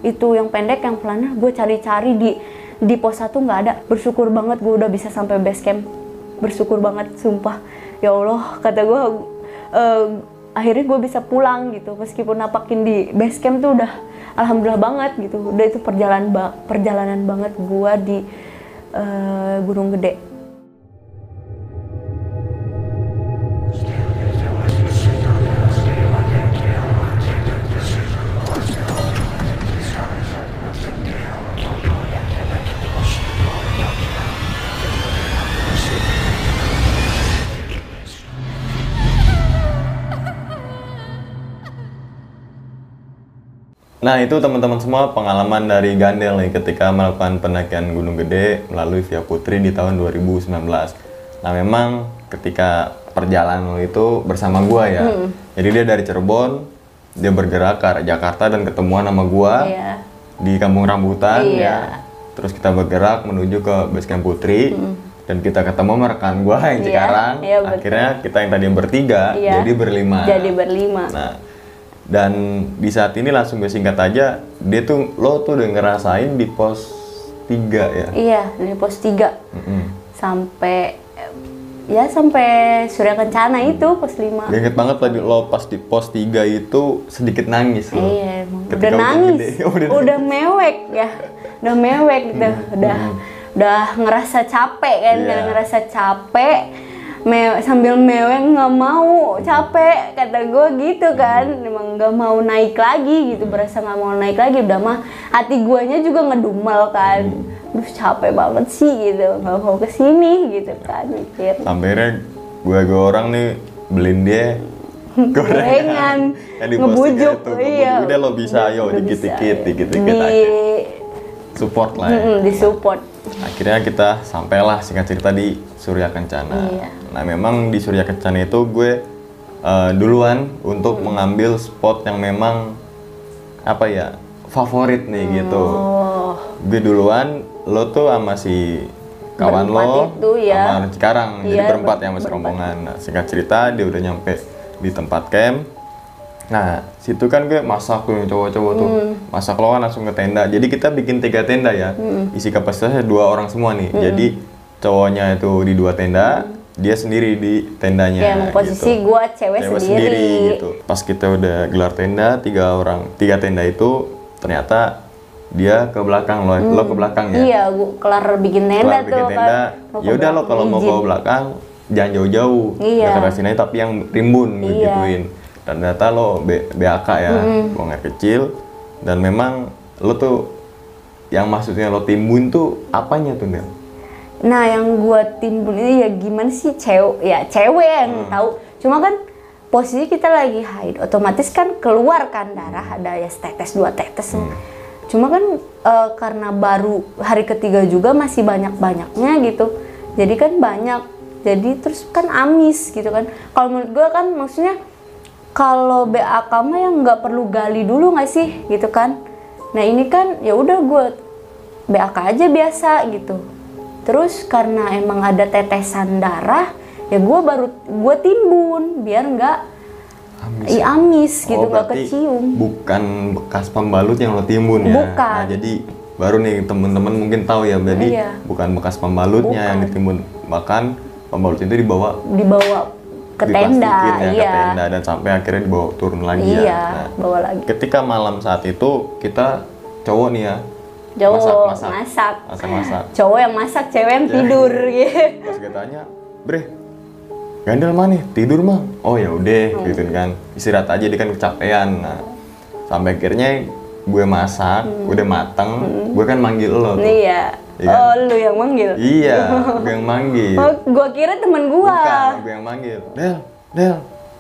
itu yang pendek, yang pelana gue cari-cari di di pos satu nggak ada. Bersyukur banget gue udah bisa sampai base camp, bersyukur banget sumpah. Ya Allah, kata gue uh, akhirnya gue bisa pulang gitu, meskipun napakin di base camp tuh udah alhamdulillah banget gitu. Udah itu perjalanan ba perjalanan banget gue di uh, Gunung Gede. Nah itu teman-teman semua pengalaman dari Gandel nih ketika melakukan pendakian Gunung Gede melalui Via Putri di tahun dua ribu sembilan belas. Nah memang ketika perjalanan itu bersama gua ya, hmm. jadi dia dari Cirebon, dia bergerak ke arah Jakarta dan ketemuan sama gua yeah. di Kampung Rambutan yeah. ya. Terus kita bergerak menuju ke Base Camp Putri hmm. dan kita ketemu sama rekan gua yang Cikarang. Yeah, yeah, akhirnya kita yang tadi bertiga yeah. jadi berlima. Jadi berlima. Nah, dan di saat ini langsung gue singkat aja, dia tuh, lo tuh udah ngerasain di pos tiga ya? Iya, di pos tiga. Mm-hmm. Sampai, ya sampai Surya Kencana itu, pos lima. Gue inget banget tadi lo pas di pos tiga itu sedikit nangis lo. Iya, emang. Udah nangis, udah, udah, udah mewek ya. Udah mewek gitu, mm-hmm. udah, udah ngerasa capek kan, yeah. udah ngerasa capek. Me sambil mewek nggak mau capek kata gue gitu kan, emang nggak mau naik lagi gitu, berasa nggak mau naik lagi, udah mah hati guanya juga ngedumel kan, duh capek banget sih gitu, nggak mau kesini gitu kan mikir. Akhirnya gue gue orang nih beliin dia gorengan, ngebujuk, iya. Udah lo bisa, ayo dikit-dikit, dikit-dikit aja. Support lah ya. Mm-mm, di support. Akhirnya kita sampailah singkat cerita di Surya Kencana. Iya. Nah memang di Surya Kencana itu gue uh, duluan untuk hmm. mengambil spot yang memang apa ya favorit nih hmm. gitu. Gue duluan, lo tuh sama si kawan berempat lo itu, ya. sama sekarang iya, jadi berempat yang masih berempat. rombongan. Nah singkat cerita dia udah nyampe di tempat camp. Nah, situ kan gue masak tuh cowok-cowok tuh. Hmm. Masak lo kan langsung ke tenda. Jadi kita bikin tiga tenda ya. Hmm. Isi kapasitasnya dua orang semua nih. Hmm. Jadi cowoknya itu di dua tenda, hmm. dia sendiri di tendanya. Ya, posisi gitu. Gua cewek, cewek sendiri. sendiri gitu. Pas kita udah gelar tenda, tiga orang, tiga tenda itu ternyata dia ke belakang lo, hmm. lo ke belakang ya. Iya, gua kelar bikin tenda kelar tuh bikin tenda, kan. Ya udah lo kalau mau ke belakang jangan jauh-jauh. Iya. Dekat sini tapi yang rimbun iya. gituin. Dan ternyata lo B, BAK ya, mm. buang air kecil. Dan memang lo tuh, yang maksudnya lo timbun tuh apanya tuh Nel? Nah yang gua timbun ini ya gimana sih, cewek ya cewek yang hmm. tahu. Cuma kan posisi kita lagi haid, otomatis kan keluar kan darah, ada ya setetes dua tetes. Hmm. Cuma kan e, karena baru hari ketiga juga masih banyak-banyaknya gitu. Jadi kan banyak, jadi terus kan amis gitu kan. Kalau menurut gua kan maksudnya kalau B A K mah yang nggak perlu gali dulu nggak sih gitu kan. Nah ini kan ya udah gue B A K aja biasa gitu. Terus karena emang ada tetesan darah ya gue baru gue timbun biar nggak amis, ya? amis gitu, nggak oh, kecium. Bukan bekas pembalut yang lo timbun ya. Bukan. Nah jadi baru nih temen-temen mungkin tahu ya, jadi iya. bukan bekas pembalutnya bukan. yang ditimbun, bahkan pembalut itu dibawa dibawa ke tenda, ya, iya. ke tenda dan sampai akhirnya dibawa turun lagi iya, ya. Nah, bawa lagi. Ketika malam saat itu kita cowok nih ya. Cowok masak, masak, masak. masak, masak. Cowok yang masak, cewek yang ya, tidur gitu. Pas kita tanya, "Bre, Gandel mana nih? Tidur mah." "Oh ya udah," hmm. gitu kan. Istirahat aja, dia kan kecapean. Nah, sampai akhirnya gue masak, hmm. udah mateng, hmm. gue kan manggil lo tuh. Iya. Ya kan? Oh, lu yang manggil? Iya, gue yang manggil. Oh, gue kira temen gue. Bukan, gue yang manggil. Del, Del.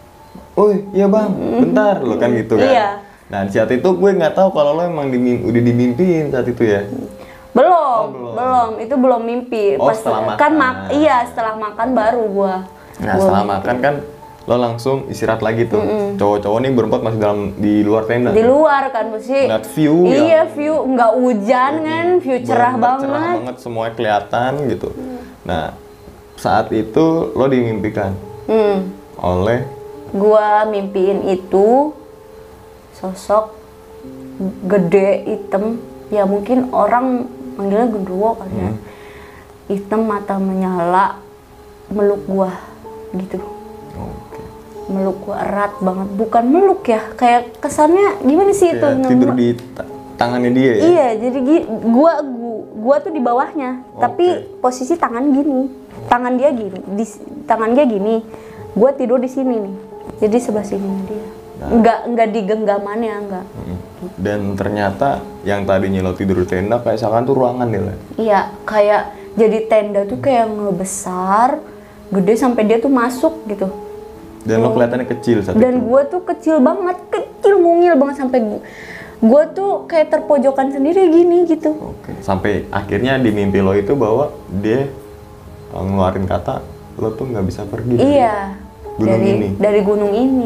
Oi, iya bang, bentar. Lo kan gitu kan. Iya. Nah, saat itu gue nggak tahu kalau lo emang dimim, udah dimimpiin saat itu ya. Belum, oh, belum, belum. Itu belum mimpi. Oh, pas setelah makan. Kan mak iya, setelah makan baru gue. Nah, gua setelah mimpi. makan kan lo langsung istirahat lagi tuh. Mm-mm. Cowok-cowok nih berempat masih dalam di luar tenda. Di luar kan mesti. Lihat view. Iya, view nggak hujan kan, view cerah banget. Cerah banget, semuanya kelihatan gitu. Mm. Nah, saat itu lo dimimpikan mm. oleh. Gua mimpiin itu sosok gede, hitam. Ya mungkin orang manggilnya genderuwo kali ya. Hmm. Hitam, mata menyala, meluk gua gitu. Oke. Meluk gua erat banget, bukan meluk ya, kayak kesannya gimana sih itu? Kayak tidur di ta- tangannya dia ya? Iya, jadi gi- gua, gua gua tuh di bawahnya, Oke. tapi posisi tangan gini, tangan dia gini, di tangan dia gini, gua tidur di sini nih, jadi sebelah sini dia, Nah. nggak nggak di genggamannya, nggak. Mm. Dan ternyata yang tadinya lo tidur di tenda kayak seakan tuh ruangan deh lah. Iya, kayak jadi tenda tuh kayak ngebesar, gede sampai dia tuh masuk gitu. Dan lo kelihatannya kecil saat Dan itu. gue tuh kecil banget, kecil mungil banget sampai gue, gue tuh kayak terpojokan sendiri gini gitu. Oke. Sampai akhirnya di mimpi lo itu bahwa dia uh, ngeluarin kata lo tuh nggak bisa pergi. dari Iya, gunung dari ini. dari gunung ini,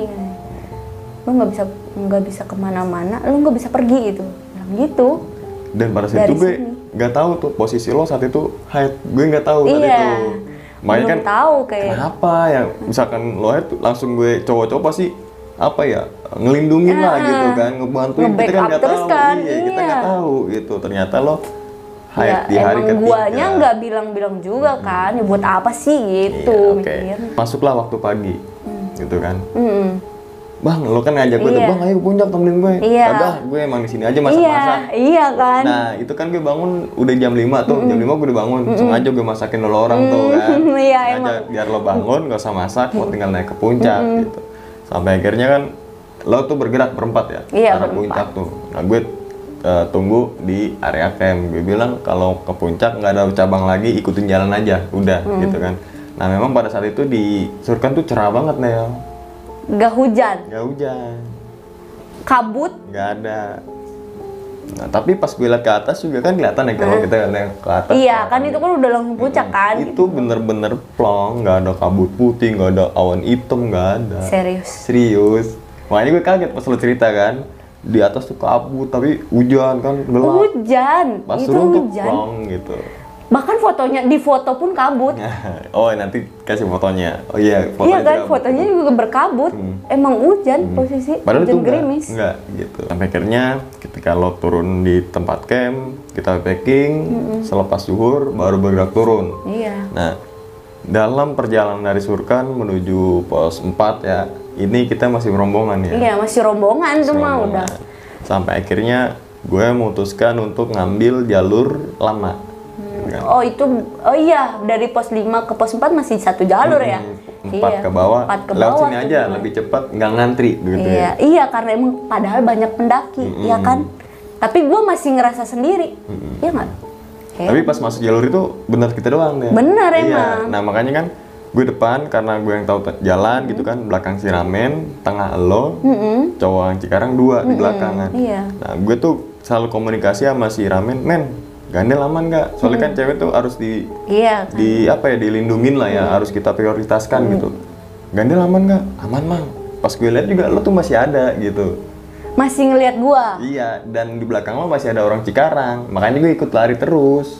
lo nggak bisa nggak bisa kemana-mana, lo nggak bisa pergi gitu, bilang gitu. Dan pada saat Dari itu gue sini. nggak tahu tuh posisi lo saat itu hide. Gue nggak tahu saat Iya. itu. Makanya Belum kan tahu kayak. kenapa ya misalkan lo hide langsung gue cowok-cowok pasti apa ya ngelindungin lah Ah, gitu kan, ngebantuin, kita kan nge-backup nggak terus tahu. kan, Iya, kita iya. nggak tahu gitu. Ternyata lo hide Ya, di hari emang ketiga. guanya nggak bilang-bilang juga kan, ya buat apa sih gitu Iya, oke. mikir. Masuklah waktu pagi, gitu kan. Mm-mm. Bang, lo kan ngajak gue tuh, Iya. bang ayo ke puncak temenin gue. Iya. Kagak, gue emang di sini aja Iya, masak-masak. iya kan. Nah, itu kan gue bangun udah jam lima tuh, jam lima gue udah bangun. Sengaja gue masakin lo orang tuh kan. Iya, Sengaja emang. biar lo bangun, gak usah masak, lo tinggal naik ke puncak gitu. Sampai akhirnya kan lo tuh bergerak berempat ya, Iya, arah berempat. puncak tuh. Nah, gue eh, tunggu di area camp. Gue bilang kalau ke puncak nggak ada cabang lagi, ikutin jalan aja, udah gitu kan. Nah, memang pada saat itu di Surkan tuh cerah banget Nel. Gak hujan, Nggak hujan. kabut. Nggak ada. Nah, tapi pas gue liat ke atas juga kan kelihatan ya kalau kita lihat ke atas. Iya kan itu kan udah langsung puncak kan. Itu bener-bener plong, nggak ada kabut putih, nggak ada awan hitam, nggak ada. Serius. Serius. Makanya gue kaget pas lo cerita kan. Di atas tuh kabut, tapi hujan kan, gelap. Hujan, Pas itu turun tuh hujan. plong gitu. Bahkan fotonya di foto pun kabut. Oh, nanti kasih fotonya. Oh iya, Iya kan, juga fotonya juga berkabut. Emang hujan posisi, Padahal itu hujan enggak, gerimis. enggak gitu. Sampai akhirnya ketika lo turun di tempat camp, kita packing, selepas zuhur baru bergerak turun. Iya. Nah, dalam perjalanan dari Surkan menuju pos empat ya, ini kita masih rombongan ya. Iya, masih rombongan tuh mah Rombongan. udah. Sampai akhirnya gue memutuskan untuk ngambil jalur lama. Kan? Oh itu, oh iya dari pos lima ke pos empat masih satu jalur ya? Empat Iya, ke bawah, empat ke lewat bawah sini tuh aja, gimana? lebih cepat, nggak ngantri gitu Iya, ya. iya karena emang padahal banyak pendaki, ya kan? Tapi gue masih ngerasa sendiri, iya nggak? Kayak- Tapi pas masuk jalur itu benar kita doang deh. Bener Iya. emang. Nah makanya kan gue depan karena gue yang tahu te- jalan gitu kan, belakang si Ramen, tengah lo, cowok yang Cikarang dua di belakang kan. Iya. Nah gue tuh selalu komunikasi sama si Ramen, men, gandel aman nggak? Soalnya kan cewek tuh harus di Iya, di apa ya dilindungin lah ya, harus kita prioritaskan gitu. Gandel aman nggak? Aman mang. Pas gue lihat juga lo tuh masih ada gitu. masih ngelihat gue. Iya, dan di belakang lo masih ada orang Cikarang, makanya gue ikut lari terus.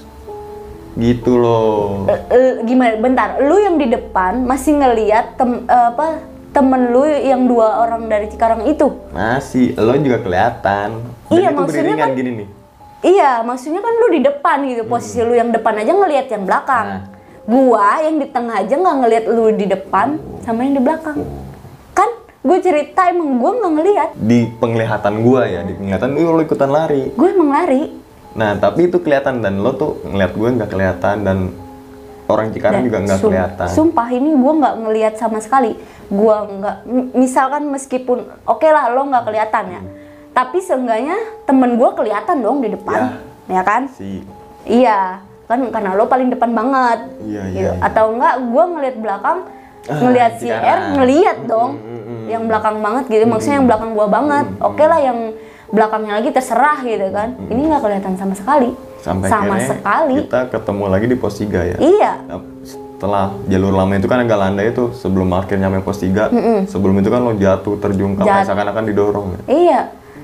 Gitu loh. Eh, eh, gimana? Bentar, lu yang di depan masih ngelihat tem, eh, apa temen lu yang dua orang dari Cikarang itu? Masih, lo juga kelihatan. Dan Iya, itu maksudnya beriringan kan- gini nih. Iya, maksudnya kan lu di depan gitu, posisi lu yang depan aja ngelihat yang belakang. Nah. Gua yang di tengah aja nggak ngelihat lu di depan sama yang di belakang. Kan gue cerita emang gua nggak ngelihat, Di penglihatan gua ya, di penglihatan lu lo ikutan lari. gue emang lari. Nah, tapi itu kelihatan dan lo tuh ngeliat gue nggak kelihatan dan orang Cikarang Dan juga nggak sum- kelihatan. Sumpah ini gue nggak ngelihat sama sekali. Gue nggak, m- misalkan meskipun oke lah lo nggak kelihatan ya, tapi seenggaknya temen gue kelihatan dong di depan, ya, kan? Si Iya, kan karena lo paling depan banget. Iya, iya, gitu. iya. Atau enggak, gue ngelihat belakang, Ah, ngelihat si Cikarang. R, ngelihat dong, Mm, mm, mm, yang belakang banget gitu. Maksudnya yang belakang gue banget. Oke lah, yang belakangnya lagi terserah gitu kan. Ini nggak kelihatan sama sekali. sampai sama akhirnya sekali. kita ketemu lagi di pos tiga ya. Iya. Nah, setelah jalur lama itu kan agak landai itu sebelum akhir nyampe pos tiga. Sebelum itu kan lo jatuh terjungkal kayak Jat- seakan-akan didorong ya. Iya,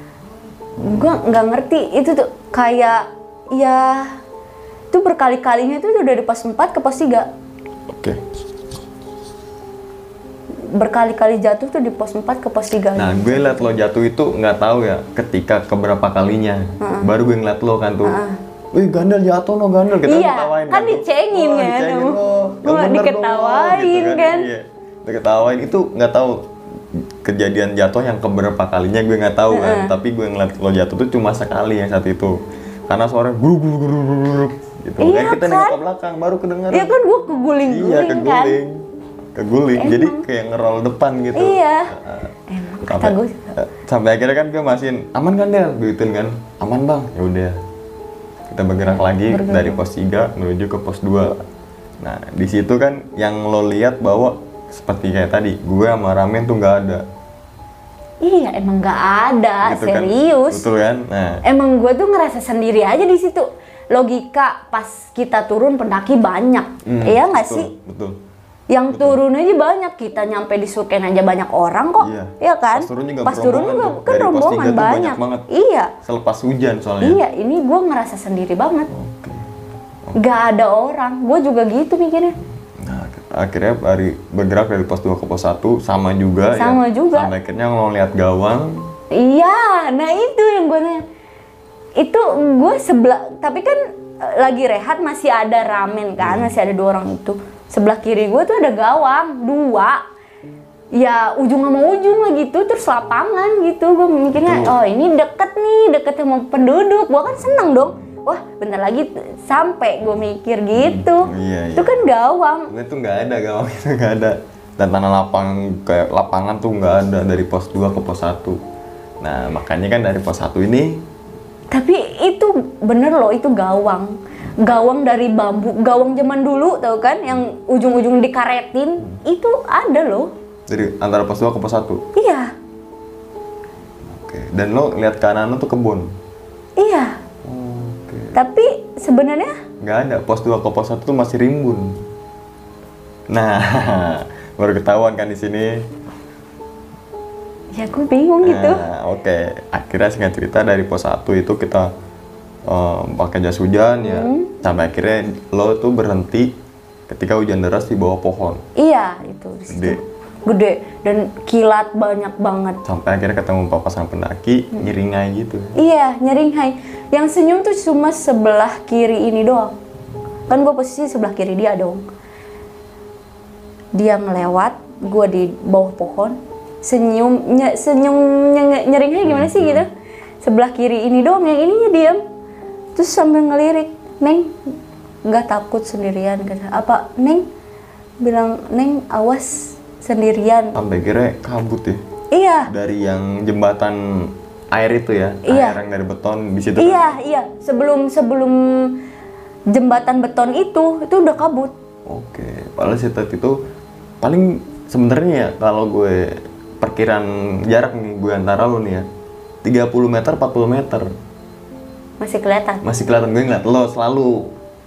gue nggak ngerti itu tuh kayak ya itu berkali-kalinya itu udah dari pos empat ke pos tiga. Oke. berkali-kali jatuh tuh di pos empat ke pos tiga. Nah, gue liat lo jatuh itu nggak tahu ya ketika keberapa kalinya. Uh-uh. Baru gue ngeliat lo kan tuh. Uh-uh. Wih, Gandel jatuh lo, Gandel. Kita iya, ketawain kan dicengin oh, kan. Dicengin lo. Nggak diketawain gitu kan. kan. Iya. Diketawain itu nggak tahu kejadian jatuh yang keberapa kalinya gue nggak tahu uh-uh. kan. Tapi gue ngeliat lo jatuh tuh cuma sekali yang saat itu. Karena suaranya guruk guruk guruk guruk gitu. Iya, kan kita kan? nengok ke belakang baru kedengeran. Iya kan gue keguling-guling iya, kan. keguling. Keguling. Emang. Jadi kayak ngerol depan gitu. Iya. Uh, Emang kata sampai, gue. sampai akhirnya kan gue masihin, aman kan Del? Gituin kan, aman bang. Ya udah. Kita bergerak lagi bergerak. Dari pos tiga menuju ke pos dua. Nah, di situ kan yang lo lihat bahwa seperti kayak tadi, gue sama Ramen tuh nggak ada. Iya, emang nggak ada, gitu serius. Kan? Betul kan? Nah. Emang gue tuh ngerasa sendiri aja di situ. Logika pas kita turun pendaki banyak, hmm, iya nggak betul, sih? Betul. Yang betul. Turun aja banyak, kita nyampe di Surken aja banyak orang kok, iya, iya kan? Pas turun juga pas turun juga kan rombongan banyak. banyak banget. Iya. Selepas hujan soalnya. Iya, ini gue ngerasa sendiri banget. Oke. Oke. Gak ada orang, gue juga gitu mikirnya. Nah, akhirnya dari bergerak dari pos dua ke pos satu sama juga sama ya. juga. Sampai akhirnya lo lihat gawang. Iya, nah itu yang gue nanya. Itu gue sebelah, tapi kan lagi rehat masih ada Ramen kan, hmm. masih ada dua orang itu. Sebelah kiri gue tuh ada gawang, dua. Ya ujung sama ujung lah gitu, terus lapangan gitu. Gue mikirnya, tuh. Oh ini deket nih, deket sama penduduk. Gue kan seneng dong. Wah bentar lagi sampai gue mikir gitu. Hmm, iya, iya. Itu kan gawang. Itu nggak ada gawang, itu nggak ada. Dan tanah lapangan kayak lapangan tuh nggak ada dari pos dua ke pos satu. Nah makanya kan dari pos satu ini. Tapi itu bener loh, itu gawang. Gawang dari bambu, gawang zaman dulu tau kan, yang ujung-ujung dikaretin, hmm. itu ada loh. Dari antara pos dua ke pos satu? Iya. Oke, dan lo lihat kanan lo tuh kebun? Iya. Oke. Tapi sebenarnya? Nggak ada, pos dua ke pos satu tuh masih rimbun. Nah, baru ketahuan kan di sini. Ya gue bingung gitu. Nah, oke, okay. Akhirnya singkat cerita dari pos satu itu kita um, pakai jas hujan hmm. ya, sampai akhirnya lo tuh berhenti ketika hujan deras di bawah pohon. Iya, itu di situ. Gede. Gede dan kilat banyak banget. Sampai akhirnya ketemu papasan pendaki hmm. nyeringai gitu. Iya, nyeringai. Yang senyum tuh cuma sebelah kiri ini doang. Kan gue posisi sebelah kiri dia dong. Dia ngelewat, gue di bawah pohon. Senyum, ny senyum ny nyeringnya gimana sih gitu. Sebelah kiri ini doang, yang ininya diam. Terus sambil ngelirik, Neng, nggak takut sendirian kata. Apa, Neng? Bilang, Neng, awas sendirian. Sampai kira kabut ya? Iya. Dari yang jembatan air itu ya? Iya. Air yang dari beton di situ. Iya, kan? iya. Sebelum sebelum jembatan beton itu, itu udah kabut. Oke, padahal situ itu paling sebenarnya ya kalau gue perkiraan jarak nih gue antara lo nih ya tiga puluh meter, empat puluh meter masih kelihatan. Masih kelihatan, gue ngeliat lo selalu.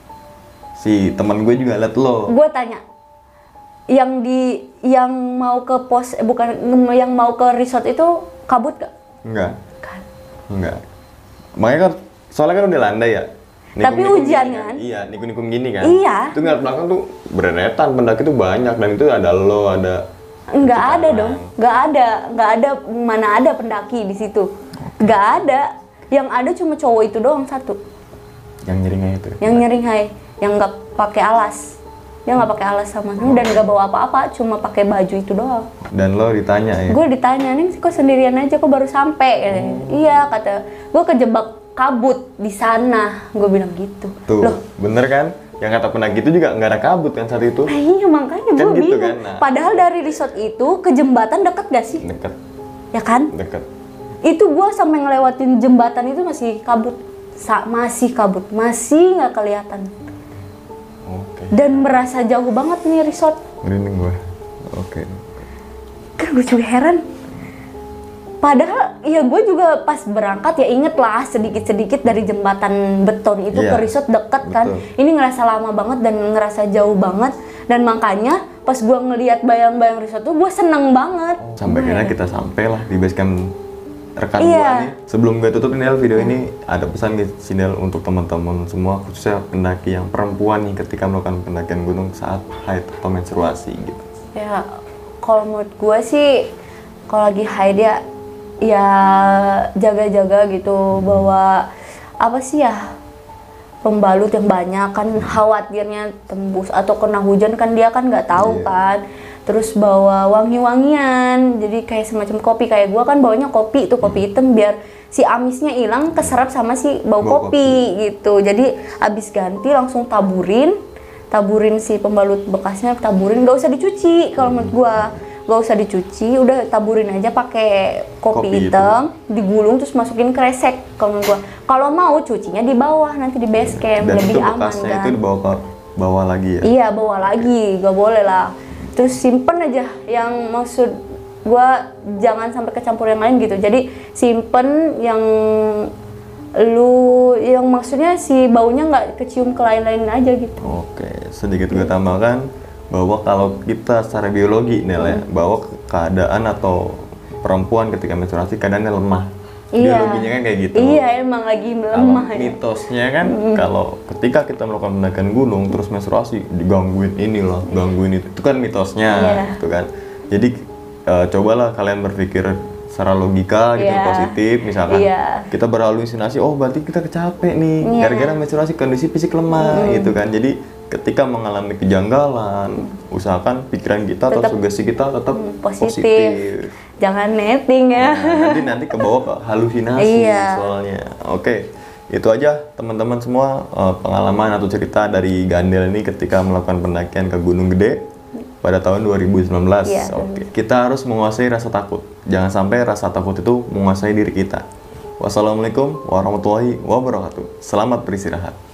Si teman gue juga liat lo. Gue tanya, yang di yang mau ke pos eh, bukan yang mau ke resort itu kabut gak? Enggak. Kan. Enggak. Makanya kan soalnya kan udah landai ya. Nikum, tapi hujan kan? kan? Iya, nikum-nikum gini kan. Iya. Itu ngeliat belakang tuh berenetan pendaki tuh banyak dan itu ada lo, ada. Nggak ada dong, nggak ada, nggak ada, mana ada pendaki di situ, nggak ada. Yang ada cuma cowok itu doang satu. Yang nyeringai itu. Yang nyeringai, yang nggak pakai alas, dia nggak pakai alas sama dan nggak bawa apa-apa, cuma pakai baju itu doang. Dan lo ditanya ya? Gue ditanya, Neng, kok sendirian aja, kok baru sampai? Hmm. Iya kata, gue kejebak kabut di sana, gue bilang gitu. Tuh, loh, bener kan? Yang kata pendaki itu juga nggak ada kabut kan saat itu? Nah, iya makanya kan gue gitu bingung. Kan? Nah. Padahal dari resort itu ke jembatan deket gak sih? Deket. Ya kan? Deket. Itu gue sampai ngelewatin jembatan itu masih kabut, Sa masih kabut, masih nggak kelihatan. Oke. Dan merasa jauh banget nih resort. Merinding gue. Oke. Kan gue juga heran. Padahal ya gue juga pas berangkat ya inget lah sedikit-sedikit dari jembatan beton itu yeah, ke resort deket kan. Betul. Ini ngerasa lama banget dan ngerasa jauh banget. Dan makanya pas gue ngelihat bayang-bayang resort tuh gue seneng banget. Sampai akhirnya kita sampai lah di base camp rekan yeah. gue nih. Sebelum gue tutup ini video yeah. ini ada pesan di sini untuk teman-teman semua khususnya pendaki yang perempuan nih ketika melakukan pendakian gunung saat haid atau menstruasi gitu. Ya kalau menurut gue sih kalau lagi haid ya ya jaga-jaga gitu, bawa apa sih ya, pembalut yang banyak kan, khawatirnya tembus atau kena hujan kan dia kan nggak tahu Iya. kan. Terus bawa wangi-wangian, jadi kayak semacam kopi, kayak gua kan bawanya kopi itu kopi hitam biar si amisnya hilang keserap sama si bau, Bau kopi, gitu. Jadi abis ganti langsung taburin, taburin si pembalut bekasnya, taburin, nggak usah dicuci kalau menurut gua. Gak usah dicuci, udah taburin aja pakai kopi, Kopi hitam, digulung terus masukin kresek kalau menurut gua. Kalau mau cucinya di bawah nanti di base camp, Dan lebih itu aman bekasnya kan. itu dibawa ke bawah lagi ya? Iya, bawa lagi, gak boleh lah. Terus simpen aja, yang maksud gua jangan sampai kecampur yang lain gitu. Jadi simpen yang lu, yang maksudnya si baunya nggak kecium ke lain-lain aja gitu. Oke, sedikit gue tambahkan bahwa kalau kita secara biologi nih ya, bahwa keadaan atau perempuan ketika menstruasi keadaannya lemah. Iya. Biologinya kan kayak gitu. Iya, emang lagi Kalau melemah ya. mitosnya kan kalau ketika kita melakukan pendakian gunung terus menstruasi digangguin inilah, gangguin itu. Itu kan mitosnya Iya. gitu kan. Jadi eh, cobalah kalian berpikir secara logika gitu, Iya. positif, misalkan Iya. kita berhalusinasi, oh berarti kita kecapek nih Iya. gara-gara menstruasi, kondisi fisik lemah gitu kan. Jadi ketika mengalami kejanggalan, usahakan pikiran kita atau Tetap, sugesti kita tetap Hmm, positif. positif. Jangan netting ya. Nah, nanti nanti kebawa ke halusinasi Iya. soalnya. Oke, itu aja teman-teman semua eh, pengalaman atau cerita dari Gandel ini ketika melakukan pendakian ke Gunung Gede pada tahun dua ribu sembilan belas. Iya. Oke, kita harus menguasai rasa takut. Jangan sampai rasa takut itu menguasai diri kita. Wassalamualaikum warahmatullahi wabarakatuh. Selamat beristirahat.